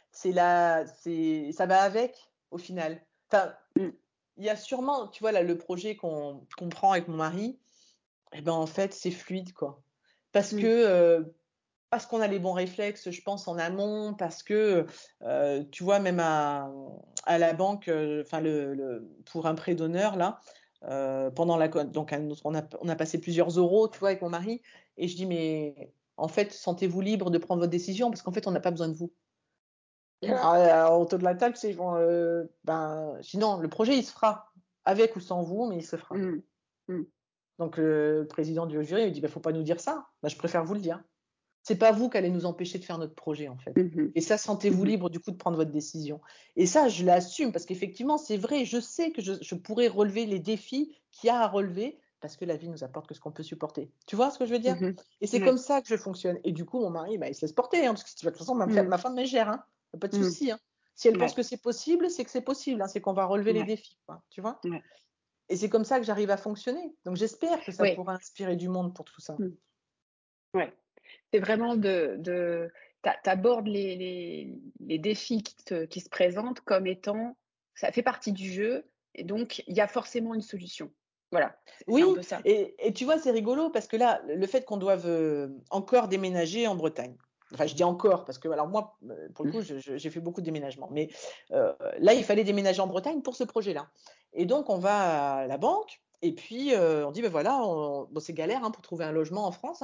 Ça va avec, au final. Enfin, il y a sûrement, tu vois, là, le projet qu'on prend avec mon mari, eh ben, en fait, c'est fluide, quoi. Parce qu'on a les bons réflexes, je pense, en amont, parce que, tu vois, même à la banque, enfin, pour un prêt d'honneur, là, pendant donc, on a passé plusieurs euros, tu vois, avec mon mari, et je dis, mais en fait, sentez-vous libre de prendre votre décision, parce qu'en fait, on n'a pas besoin de vous. Alors, autour de la table, c'est sinon, le projet, il se fera, avec ou sans vous, mais il se fera. Donc, le président du jury, il dit, faut pas nous dire ça, je préfère vous le dire. C'est pas vous qui allez nous empêcher de faire notre projet, en fait. Et ça, sentez-vous libre, du coup, de prendre votre décision. Et ça, je l'assume, parce qu'effectivement, c'est vrai, je sais que je pourrais relever les défis qu'il y a à relever, parce que la vie nous apporte que ce qu'on peut supporter. Tu vois ce que je veux dire? Et c'est comme ça que je fonctionne. Et du coup, mon mari, il se laisse porter, parce que de toute façon, ma femme me gère, hein. Pas de souci, hein. Si elle pense que c'est possible, c'est que c'est possible, hein. C'est qu'on va relever les défis, quoi. Tu vois? Et c'est comme ça que j'arrive à fonctionner. Donc, j'espère que ça pourra inspirer du monde pour tout ça.
Ouais. C'est vraiment t'abordes les défis qui se présentent comme étant, ça fait partie du jeu, et donc il y a forcément une solution. Voilà, c'est un
Oui,
peu ça.
et tu vois, c'est rigolo parce que là, le fait qu'on doive encore déménager en Bretagne. Enfin, je dis encore parce que, alors moi, pour le coup, j'ai fait beaucoup de déménagements. Mais là, il fallait déménager en Bretagne pour ce projet-là. Et donc, on va à la banque et puis on dit, ben voilà, bon, c'est galère pour trouver un logement en France.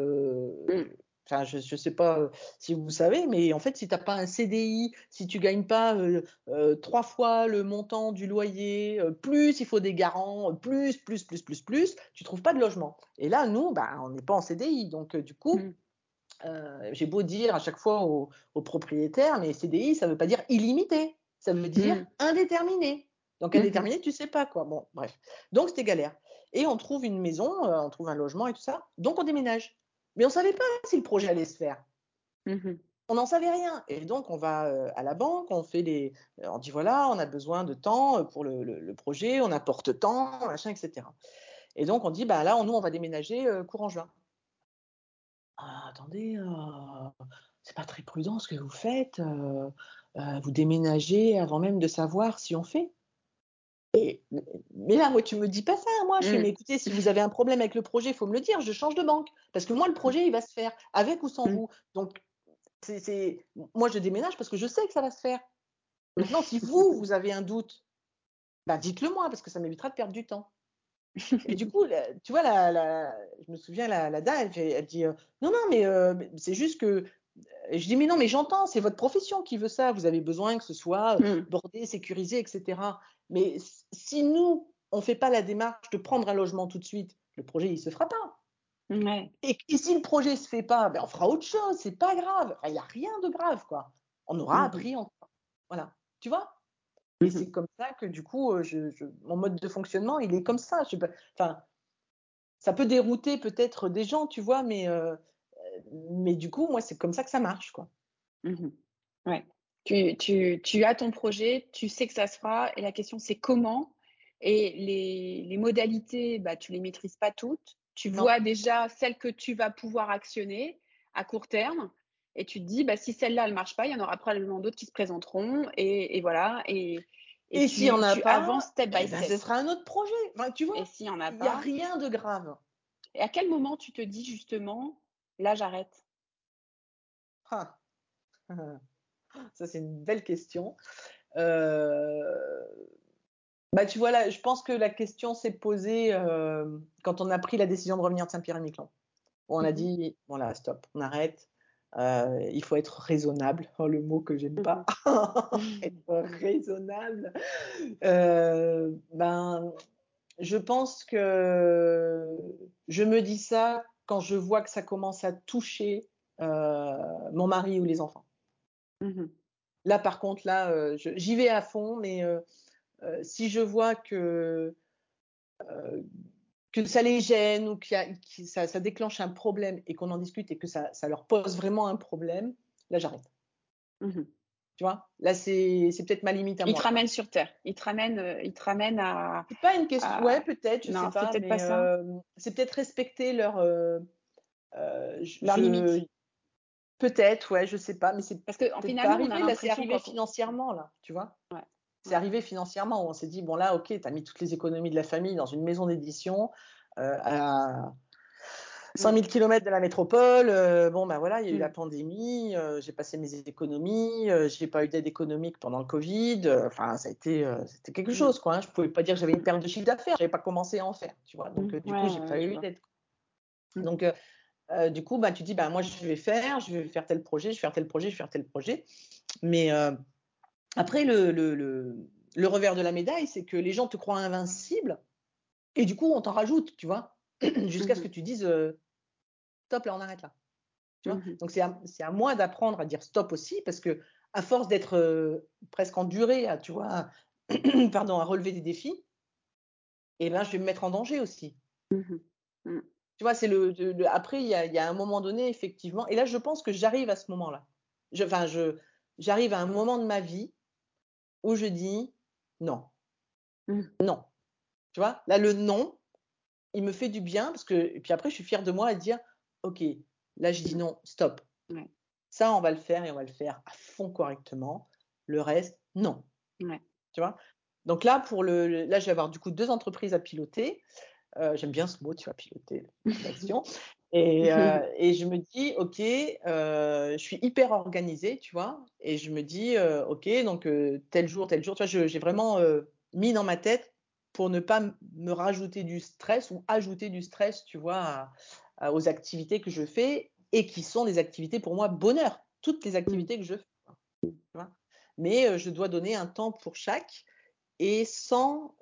Enfin, je sais pas si vous savez, mais en fait, si tu n'as pas un CDI, si tu gagnes pas 3 fois le montant du loyer, plus il faut des garants, plus, tu trouves pas de logement. Et là, nous, on n'est pas en CDI. Donc, du coup, j'ai beau dire à chaque fois aux propriétaires, mais CDI, ça veut pas dire illimité. Ça veut dire indéterminé. Donc, indéterminé, tu sais pas quoi. Bon, bref. Donc, c'était galère. Et on trouve une maison, on trouve un logement et tout ça. Donc, on déménage. Mais on savait pas si le projet allait se faire. On n'en savait rien. Et donc, on va à la banque, on dit voilà, on a besoin de temps pour le projet, on apporte temps, machin, etc. Et donc, on dit, là, nous, on va déménager courant juin. Ah, attendez, c'est pas très prudent ce que vous faites. Vous déménagez avant même de savoir si on fait. Mais là, moi, tu me dis pas ça. Moi, je fais, mais écoutez, si vous avez un problème avec le projet, il faut me le dire, je change de banque. Parce que moi, le projet, il va se faire, avec ou sans vous. Donc, moi, je déménage parce que je sais que ça va se faire. Maintenant, si vous avez un doute, dites-le moi, parce que ça m'évitera de perdre du temps. Et du coup, tu vois, je me souviens, la dame, elle dit non, non, mais c'est juste que. Et je dis mais non, mais j'entends, c'est votre profession qui veut ça. Vous avez besoin que ce soit
Mm.
bordé, sécurisé, etc. Mais si nous, on fait pas la démarche de prendre un logement tout de suite, le projet, il se fera pas.
Ouais.
Et si le projet se fait pas, ben on fera autre chose, c'est pas grave. Il n'y a rien de grave, quoi. On aura appris encore. Voilà. Tu vois? Et c'est comme ça que du coup, mon mode de fonctionnement, il est comme ça. Enfin, ça peut dérouter peut-être des gens, tu vois, mais du coup, moi, c'est comme ça que ça marche, quoi.
Mhm. Ouais. Tu as ton projet, tu sais que ça se fera, et la question c'est comment. Et les modalités, bah, tu les maîtrises pas toutes. Tu
Non.
vois déjà celles que tu vas pouvoir actionner à court terme, et tu te dis, bah, si celle-là elle marche pas, il y en aura probablement d'autres qui se présenteront, et voilà. Et
S'il n'y en a
tu avances
pas,
step by
eh ben,
step.
ce sera un autre projet. Enfin, tu
Et
vois,
s'il y en a
il n'y a
pas,
rien de grave.
et à quel moment tu te dis justement, là j'arrête?
Ah. Ça, c'est une belle question. Euh, Bah, tu vois, là, je pense que la question s'est posée quand on a pris la décision de revenir de Saint-Pierre-et-Miquelon. On a dit, voilà, stop, on arrête. Il faut être raisonnable. Oh, le mot que j'aime pas. Être raisonnable. Ben, je pense que je me dis ça quand je vois que ça commence à toucher mon mari ou les enfants.
Mhm.
Là, par contre, là, j'y vais à fond, mais si je vois que ça les gêne ou ça déclenche un problème et qu'on en discute et que ça leur pose vraiment un problème, là, j'arrête.
Mhm.
Tu vois? Là, c'est peut-être ma limite à
Il te
moi, quoi.
ramène sur terre. Il te ramène
C'est pas une question. Ouais,
à...
peut-être, je sais
Non, c'est
pas,
peut-être pas
mais
ça.
c'est peut-être respecter leur.
Leurs limites.
Peut-être, ouais, je sais pas, mais c'est
Parce que
peut-être pas
finalement, on a
arrivé. Là, c'est
l'impression
arrivé
quand...
financièrement, là, tu vois?
Ouais,
C'est
ouais.
arrivé financièrement où on s'est dit, bon, là, ok, tu as mis toutes les économies de la famille dans une maison d'édition à 100 000 km de la métropole. Bon, ben voilà, il y a eu la
Mm.
pandémie, j'ai passé mes économies, j'ai pas eu d'aide économique pendant le Covid. Enfin, c'était quelque
Mm.
chose, quoi. Hein. Je pouvais pas dire que j'avais une perte de chiffre d'affaires, j'avais pas commencé à en faire, tu vois. Donc, du coup, j'ai
Ouais,
pas
je
eu
vois.
d'aide.
Mm.
Donc, du coup, bah, tu dis, bah, moi, je vais faire tel projet, je vais faire tel projet, je vais faire tel projet. Mais après, le revers de la médaille, c'est que les gens te croient invincible et du coup, on t'en rajoute, tu vois, jusqu'à ce que
Mhm.
tu dises, stop, là, on arrête là. Tu vois.
Mhm.
Donc, c'est à moi d'apprendre à dire stop aussi parce que à force d'être presque enduré, tu vois, pardon, à relever des défis, et ben, je vais me mettre en danger aussi.
Mhm. Mm.
Tu vois, c'est après, il y a un moment donné, effectivement, et là, je pense que j'arrive à ce moment-là. J'arrive à un moment de ma vie où je dis non,
Mm.
non. Tu vois, là, le non, il me fait du bien parce que, et puis après, je suis fière de moi à dire, OK, là, je dis non, stop.
Ouais.
Ça, on va le faire et on va le faire à fond correctement. Le reste, non.
Ouais.
Tu vois? Donc là, là, je vais avoir du coup 2 entreprises à piloter. J'aime bien ce mot, tu vois, piloter l'action. Et je me dis, OK, je suis hyper organisée, tu vois, et je me dis, OK, donc tel jour, tu vois, j'ai vraiment mis dans ma tête pour ne pas me rajouter du stress ou ajouter du stress, tu vois, aux activités que je fais et qui sont des activités pour moi bonheur, toutes les
Mm.
activités que je fais, tu vois. Mais je dois donner un temps pour chaque et sans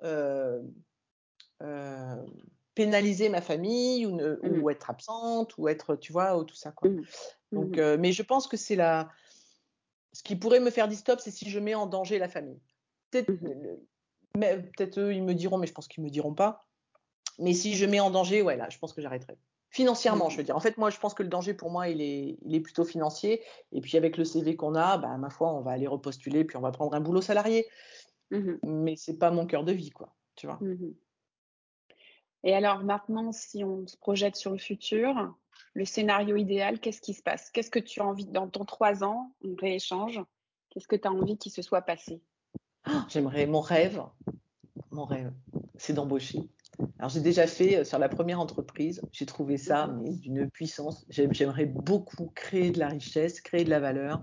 euh, pénaliser ma famille
Mm.
ou être absente ou être, tu vois, ou tout ça, quoi.
Mm.
Donc,
Mhm.
mais je pense que ce qui pourrait me faire du stop, c'est si je mets en danger la famille. Peut-être,
Mhm.
peut-être eux, ils me diront, mais je pense qu'ils me diront pas. Mais si je mets en danger, ouais, là, je pense que j'arrêterai. Financièrement, je
Mhm.
veux dire. En fait, moi, je pense que le danger pour moi, il est plutôt financier. Et puis avec le CV qu'on a, bah, ma foi, on va aller repostuler, puis on va prendre un boulot salarié.
Mhm.
Mais c'est pas mon cœur de vie, quoi. Tu vois.
Mhm. Et alors maintenant, si on se projette sur le futur, le scénario idéal, qu'est-ce qui se passe? Qu'est-ce que tu as envie, dans ton 3 ans, on rééchange, qu'est-ce que tu as envie qu'il se soit passé?
J'aimerais mon rêve, c'est d'embaucher. Alors j'ai déjà fait sur la première entreprise, j'ai trouvé ça
Mhm.
mais d'une puissance. J'aimerais beaucoup créer de la richesse, créer de la valeur.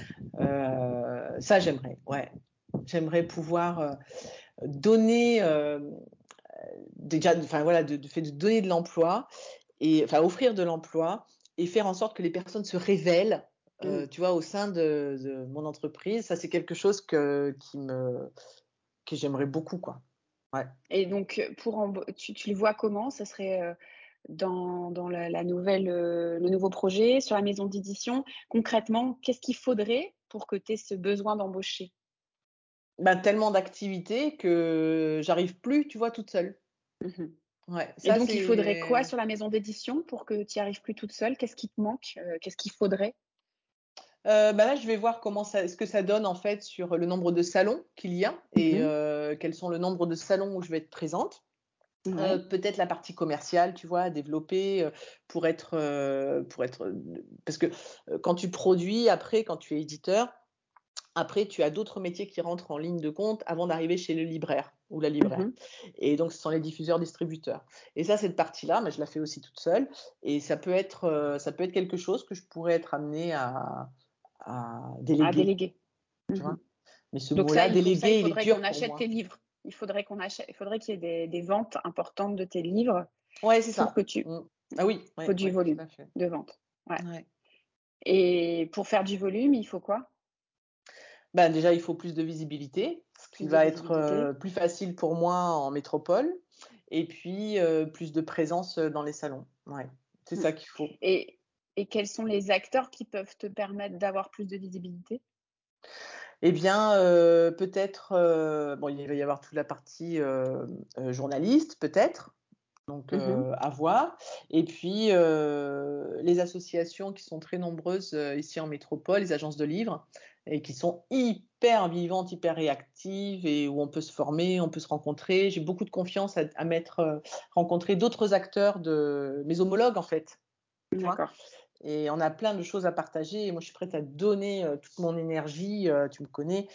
Ça j'aimerais, ouais. J'aimerais pouvoir donner déjà, enfin voilà, de fait de donner de l'emploi et enfin offrir de l'emploi et faire en sorte que les personnes se révèlent, tu vois, au sein de mon entreprise. Ça, c'est quelque chose que j'aimerais beaucoup, quoi. Ouais.
Et donc, tu le vois comment? Ça serait dans la nouvelle, le nouveau projet, sur la maison d'édition. Concrètement, qu'est-ce qu'il faudrait pour que tu aies ce besoin d'embaucher?
Ben, tellement d'activités que j'arrive plus, tu vois, toute seule.
Mhm.
Ouais,
Et
ça
donc, il faudrait quoi
c'est
sur la maison d'édition pour que tu n'y arrives plus toute seule? Qu'est-ce qui te manque? Qu'est-ce qu'il faudrait?
bah, là, je vais voir ce que ça donne, en fait, sur le nombre de salons qu'il y a et
Mhm.
quels sont le nombre de salons où je vais être présente.
Ouais.
Peut-être la partie commerciale, tu vois, à développer, parce que, quand tu produis, après, quand tu es éditeur, après, tu as d'autres métiers qui rentrent en ligne de compte avant d'arriver chez le libraire ou la libraire.
Mhm.
Et donc, ce sont les diffuseurs-distributeurs. Et ça, cette partie-là, mais je la fais aussi toute seule. Et ça peut être quelque chose que je pourrais être amenée à
À
déléguer,
déléguer.
tu
Mhm.
vois. Mais ce
Donc ça,
mot-là,
il
déléguer, il est
faudrait qu'on
dur pour
achète tes
moi.
livres. Il faudrait qu'il y ait des ventes importantes de tes livres
Ouais, c'est
pour
ça.
que tu
Mmh. Ah oui,
faut
ouais,
du
ouais, tout
volume
à fait.
de vente. Ouais.
Ouais.
Et pour faire du volume, il faut quoi?
Ben, déjà, il faut plus de visibilité, ce qui
Plus de
va être,
visibilité.
plus facile pour moi en métropole et puis, plus de présence, dans les salons. Ouais, c'est
Mm.
ça qu'il faut.
Et, et quels sont les acteurs qui peuvent te permettre d'avoir plus de visibilité?
Eh bien, peut-être, bon, il va y avoir toute la partie, journaliste peut-être, donc
Mhm.
à voir et puis, les associations qui sont très nombreuses, ici en métropole, les agences de livres et qui sont hyper vivantes, hyper réactives et où on peut se former, on peut se rencontrer. J'ai beaucoup de confiance à mettre, rencontrer d'autres acteurs de mes homologues en fait, tu vois?
D'accord.
Et on a plein de choses à partager et moi je suis prête à donner, toute mon énergie, tu me connais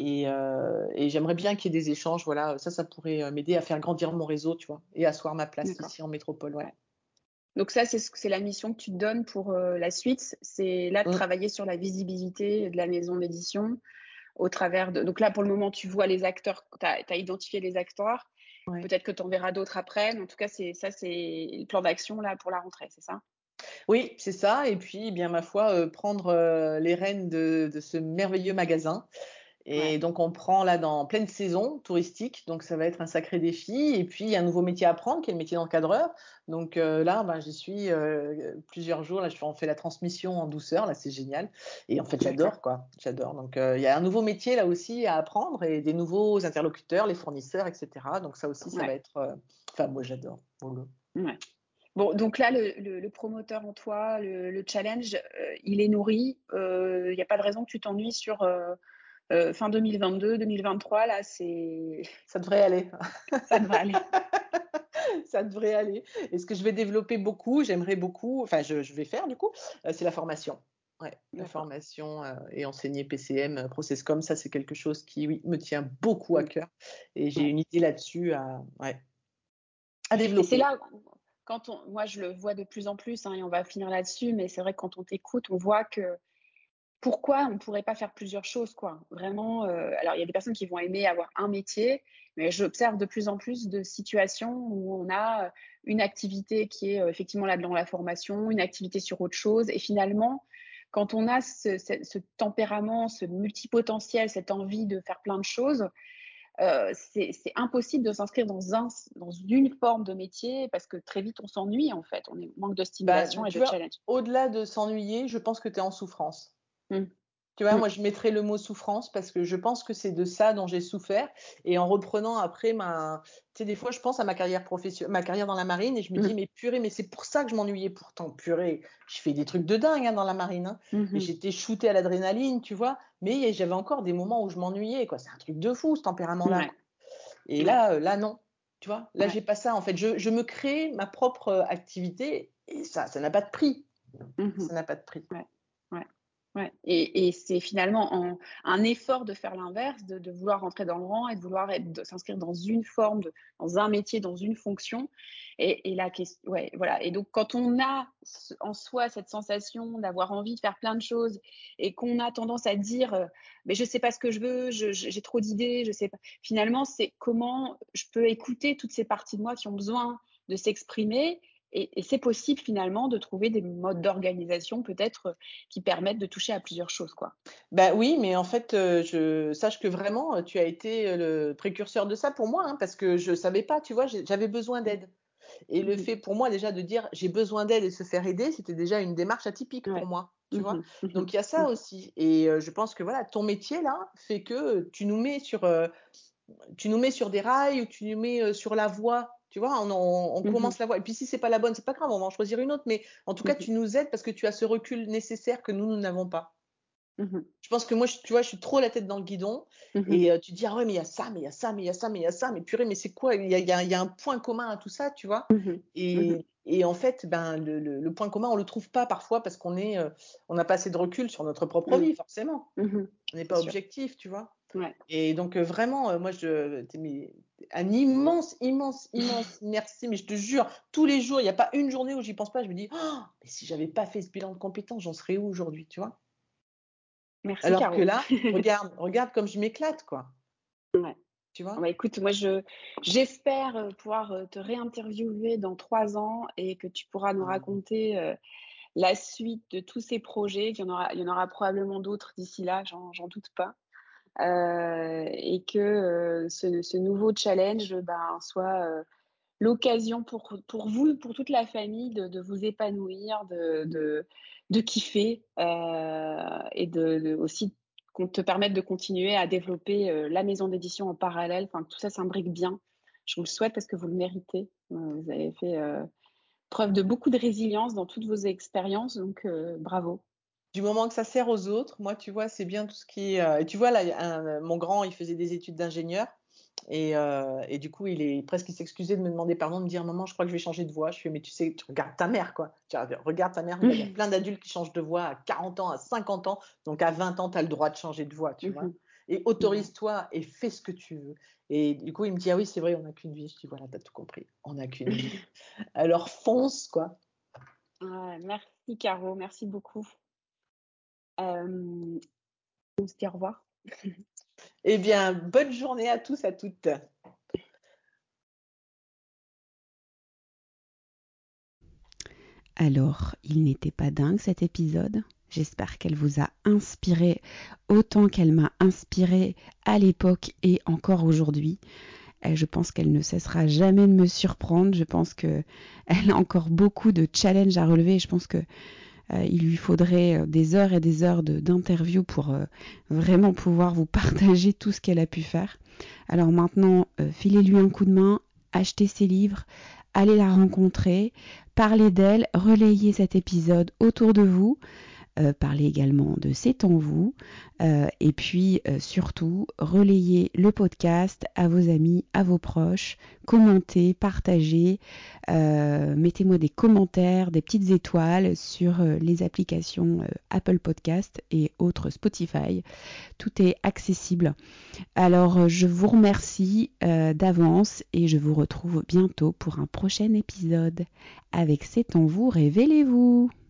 et j'aimerais bien qu'il y ait des échanges, voilà, ça pourrait, m'aider à faire grandir mon réseau, tu vois? Et asseoir ma place
D'accord.
ici en métropole, ouais.
Ouais. Donc ça, c'est la mission que tu te donnes pour la suite. C'est là de
Mmh.
travailler sur la visibilité de la maison d'édition au travers de. Donc là, pour le moment, tu vois les acteurs, tu as identifié les acteurs.
Ouais.
Peut-être que tu en verras d'autres après, mais en tout cas, c'est le plan d'action là pour la rentrée, c'est ça?
Oui, c'est ça et puis, eh bien, ma foi, prendre, les rênes de ce merveilleux magasin.
Ouais,
Et donc on prend là dans pleine saison touristique, donc ça va être un sacré défi et puis il y a un nouveau métier à apprendre qui est le métier d'encadreur. Donc là, ben, j'y suis, plusieurs jours, là on fait la transmission en douceur, là c'est génial et en fait
d'accord.
j'adore quoi, j'adore. Donc il y a un nouveau métier là aussi à apprendre et des nouveaux interlocuteurs, les fournisseurs et cetera. Donc ça aussi ça va
Ouais,
être, enfin moi j'adore, voilà.
ouais. Bon, donc là, le promoteur en toi, le challenge, il est nourri. Il n'y a pas de raison que tu t'ennuies sur fin 2022, 2023. Là,
Ça devrait aller.
ça devrait aller.
Ça devrait aller. Et ce que je vais développer beaucoup, j'aimerais beaucoup, enfin je vais faire du coup, c'est la formation. Ouais, la
D'accord.
formation et enseigner PCM, Processcom, ça c'est quelque chose qui, oui, me tient beaucoup à
Mm.
cœur. Et j'ai
Ouais.
une idée là-dessus ouais, à
Et c'est
développer.
là, moi je le vois de plus en plus, hein, et on va finir là-dessus, mais c'est vrai que quand on t'écoute, on voit que pourquoi on ne pourrait pas faire plusieurs choses, quoi. Vraiment, alors il y a des personnes qui vont aimer avoir un métier, mais j'observe de plus en plus de situations où on a une activité qui est effectivement là dans la formation, une activité sur autre chose, et finalement, quand on a ce tempérament, ce multipotentiel, cette envie de faire plein de choses, c'est impossible de s'inscrire dans une forme de métier parce que très vite on s'ennuie en fait, manque de stimulation
Ben,
et
tu
de
vois,
challenge.
au-delà de s'ennuyer, je pense que tu es en souffrance.
Mm.
Tu vois,
Mm.
moi, je mettrais le mot souffrance parce que je pense que c'est de ça dont j'ai souffert. Et en reprenant après tu sais, des fois, je pense à ma carrière professionnelle, ma carrière dans la marine et je me dis,
Mm.
mais purée, mais c'est pour ça que je m'ennuyais pourtant. Purée, je fais des trucs de dingue hein, dans la marine. Hein. Et
Mhm.
j'étais shootée à l'adrénaline, tu vois. Mais j'avais encore des moments où je m'ennuyais, quoi. C'est un truc de fou, ce tempérament-là.
Ouais,
Quoi. Et
ouais,
là, non. Tu vois, là,
ouais.
j'ai pas ça. En fait, je me crée ma propre activité et ça n'a pas de prix.
Mhm.
Ça n'a pas de prix.
Ouais, ouais. Ouais. Et c'est finalement un effort de faire l'inverse, de vouloir rentrer dans le rang et de vouloir s'inscrire dans une forme, dans un métier, dans une fonction. Et la question, ouais, voilà. Et donc, quand on a en soi cette sensation d'avoir envie de faire plein de choses et qu'on a tendance à dire, mais je sais pas ce que je veux, j'ai trop d'idées, je sais pas. Finalement, c'est comment je peux écouter toutes ces parties de moi qui ont besoin de s'exprimer. Et c'est possible finalement de trouver des modes d'organisation peut-être qui permettent de toucher à plusieurs choses, quoi.
Bah oui, mais en fait, je sache que vraiment, tu as été, le précurseur de ça pour moi, hein, parce que je savais pas, tu vois? J'avais besoin d'aide et le
Mmh.
fait pour moi déjà de dire: «J'ai besoin d'aide» et se faire aider, c'était déjà une démarche atypique pour
Ouais.
moi, tu vois?
Mmh. Mmh.
Donc il y a ça aussi et je pense que voilà, ton métier là fait que tu nous mets sur des rails ou tu nous mets, sur la voie, tu vois? On
Mmh.
commence la voie et puis si c'est pas la bonne, c'est pas grave, on va en choisir une autre, mais en tout cas,
Mmh.
tu nous aides parce que tu as ce recul nécessaire que nous n'avons pas.
Mmh.
Je pense que moi, tu vois, je suis trop la tête dans le guidon
Mmh.
et tu te dis: «Ah ouais, mais il y a ça, mais il y a ça, mais il y a ça, mais il y a ça, mais purée, mais c'est quoi?» Il y a un point commun à tout ça, tu vois?
Mmh. Mmh.
Et en fait, ben, le point commun, on le trouve pas parfois parce on n'a pas assez de recul sur notre propre
Mmh.
vie, forcément.
Mmh.
On n'est
C'est
pas
sûr.
objectif, tu vois?
Ouais.
Et donc vraiment, moi, un immense, immense, immense merci, mais je te jure, tous les jours, il y a pas une journée où j'y pense pas. Je me dis: «Oh, mais si j'avais pas fait ce bilan de compétences, j'en serais où aujourd'hui?» tu vois?
Merci
Alors que
Caro.
là, regarde comme je m'éclate, quoi,
Ouais.
tu vois?
Bah, écoute, moi j'espère, pouvoir, te réinterviewer dans 3 ans et que tu pourras nous
Mmh.
raconter, la suite de tous ces projets. Il y en aura probablement d'autres d'ici là, j'en doute pas. Et que, ce nouveau challenge, ben, soit, l'occasion pour vous, pour toute la famille de vous épanouir, de kiffer, et de aussi qu'on te permette de continuer à développer, la maison d'édition en parallèle, enfin que tout ça s'imbrique bien. Je vous le souhaite parce que vous le méritez. Vous avez fait, preuve de beaucoup de résilience dans toutes vos expériences, donc bravo.
Du moment que ça sert aux autres, moi, tu vois, c'est bien tout ce qui est, et tu vois, là, il y a mon grand, il faisait des études d'ingénieur et du coup, il s'excusait de me demander pardon, de me dire: «Maman, je crois que je vais changer de voie». Je fais: «Mais tu sais, tu regardes ta mère, quoi. Tu regardes ta mère, regarde, il y a plein d'adultes qui changent de voie à 40 ans, à 50 ans, donc à 20 ans, tu as le droit de changer de voie», tu vois?
Mmh.
Et
Ouais.
autorise-toi et fais ce que tu veux. Et du coup, il me dit: «Ah oui, c'est vrai, on n'a qu'une vie». Je dis: «Voilà, tu as tout compris, on n'a qu'une vie. Alors fonce, quoi».
Ouais, merci Caro, merci beaucoup. On se dit au revoir.
Eh bien, bonne journée à tous, à toutes.
Alors, il n'était pas dingue cet épisode. J'espère qu'elle vous a inspiré autant qu'elle m'a inspiré à l'époque et encore aujourd'hui. Je pense qu'elle ne cessera jamais de me surprendre. Je pense qu'elle a encore beaucoup de challenges à relever. Je pense que il lui faudrait des heures et des heures d'interviews pour vraiment pouvoir vous partager tout ce qu'elle a pu faire. Alors maintenant, filez-lui un coup de main, achetez ses livres, allez la rencontrer, parlez d'elle, relayez cet épisode autour de vous. Parlez également de C'est en vous. Et puis surtout, relayez le podcast à vos amis, à vos proches, commentez, partagez, mettez-moi des commentaires, des petites étoiles sur les applications Apple Podcast et autres Spotify. Tout est accessible. Alors je vous remercie d'avance et je vous retrouve bientôt pour un prochain épisode. Avec C'est en vous, révélez-vous!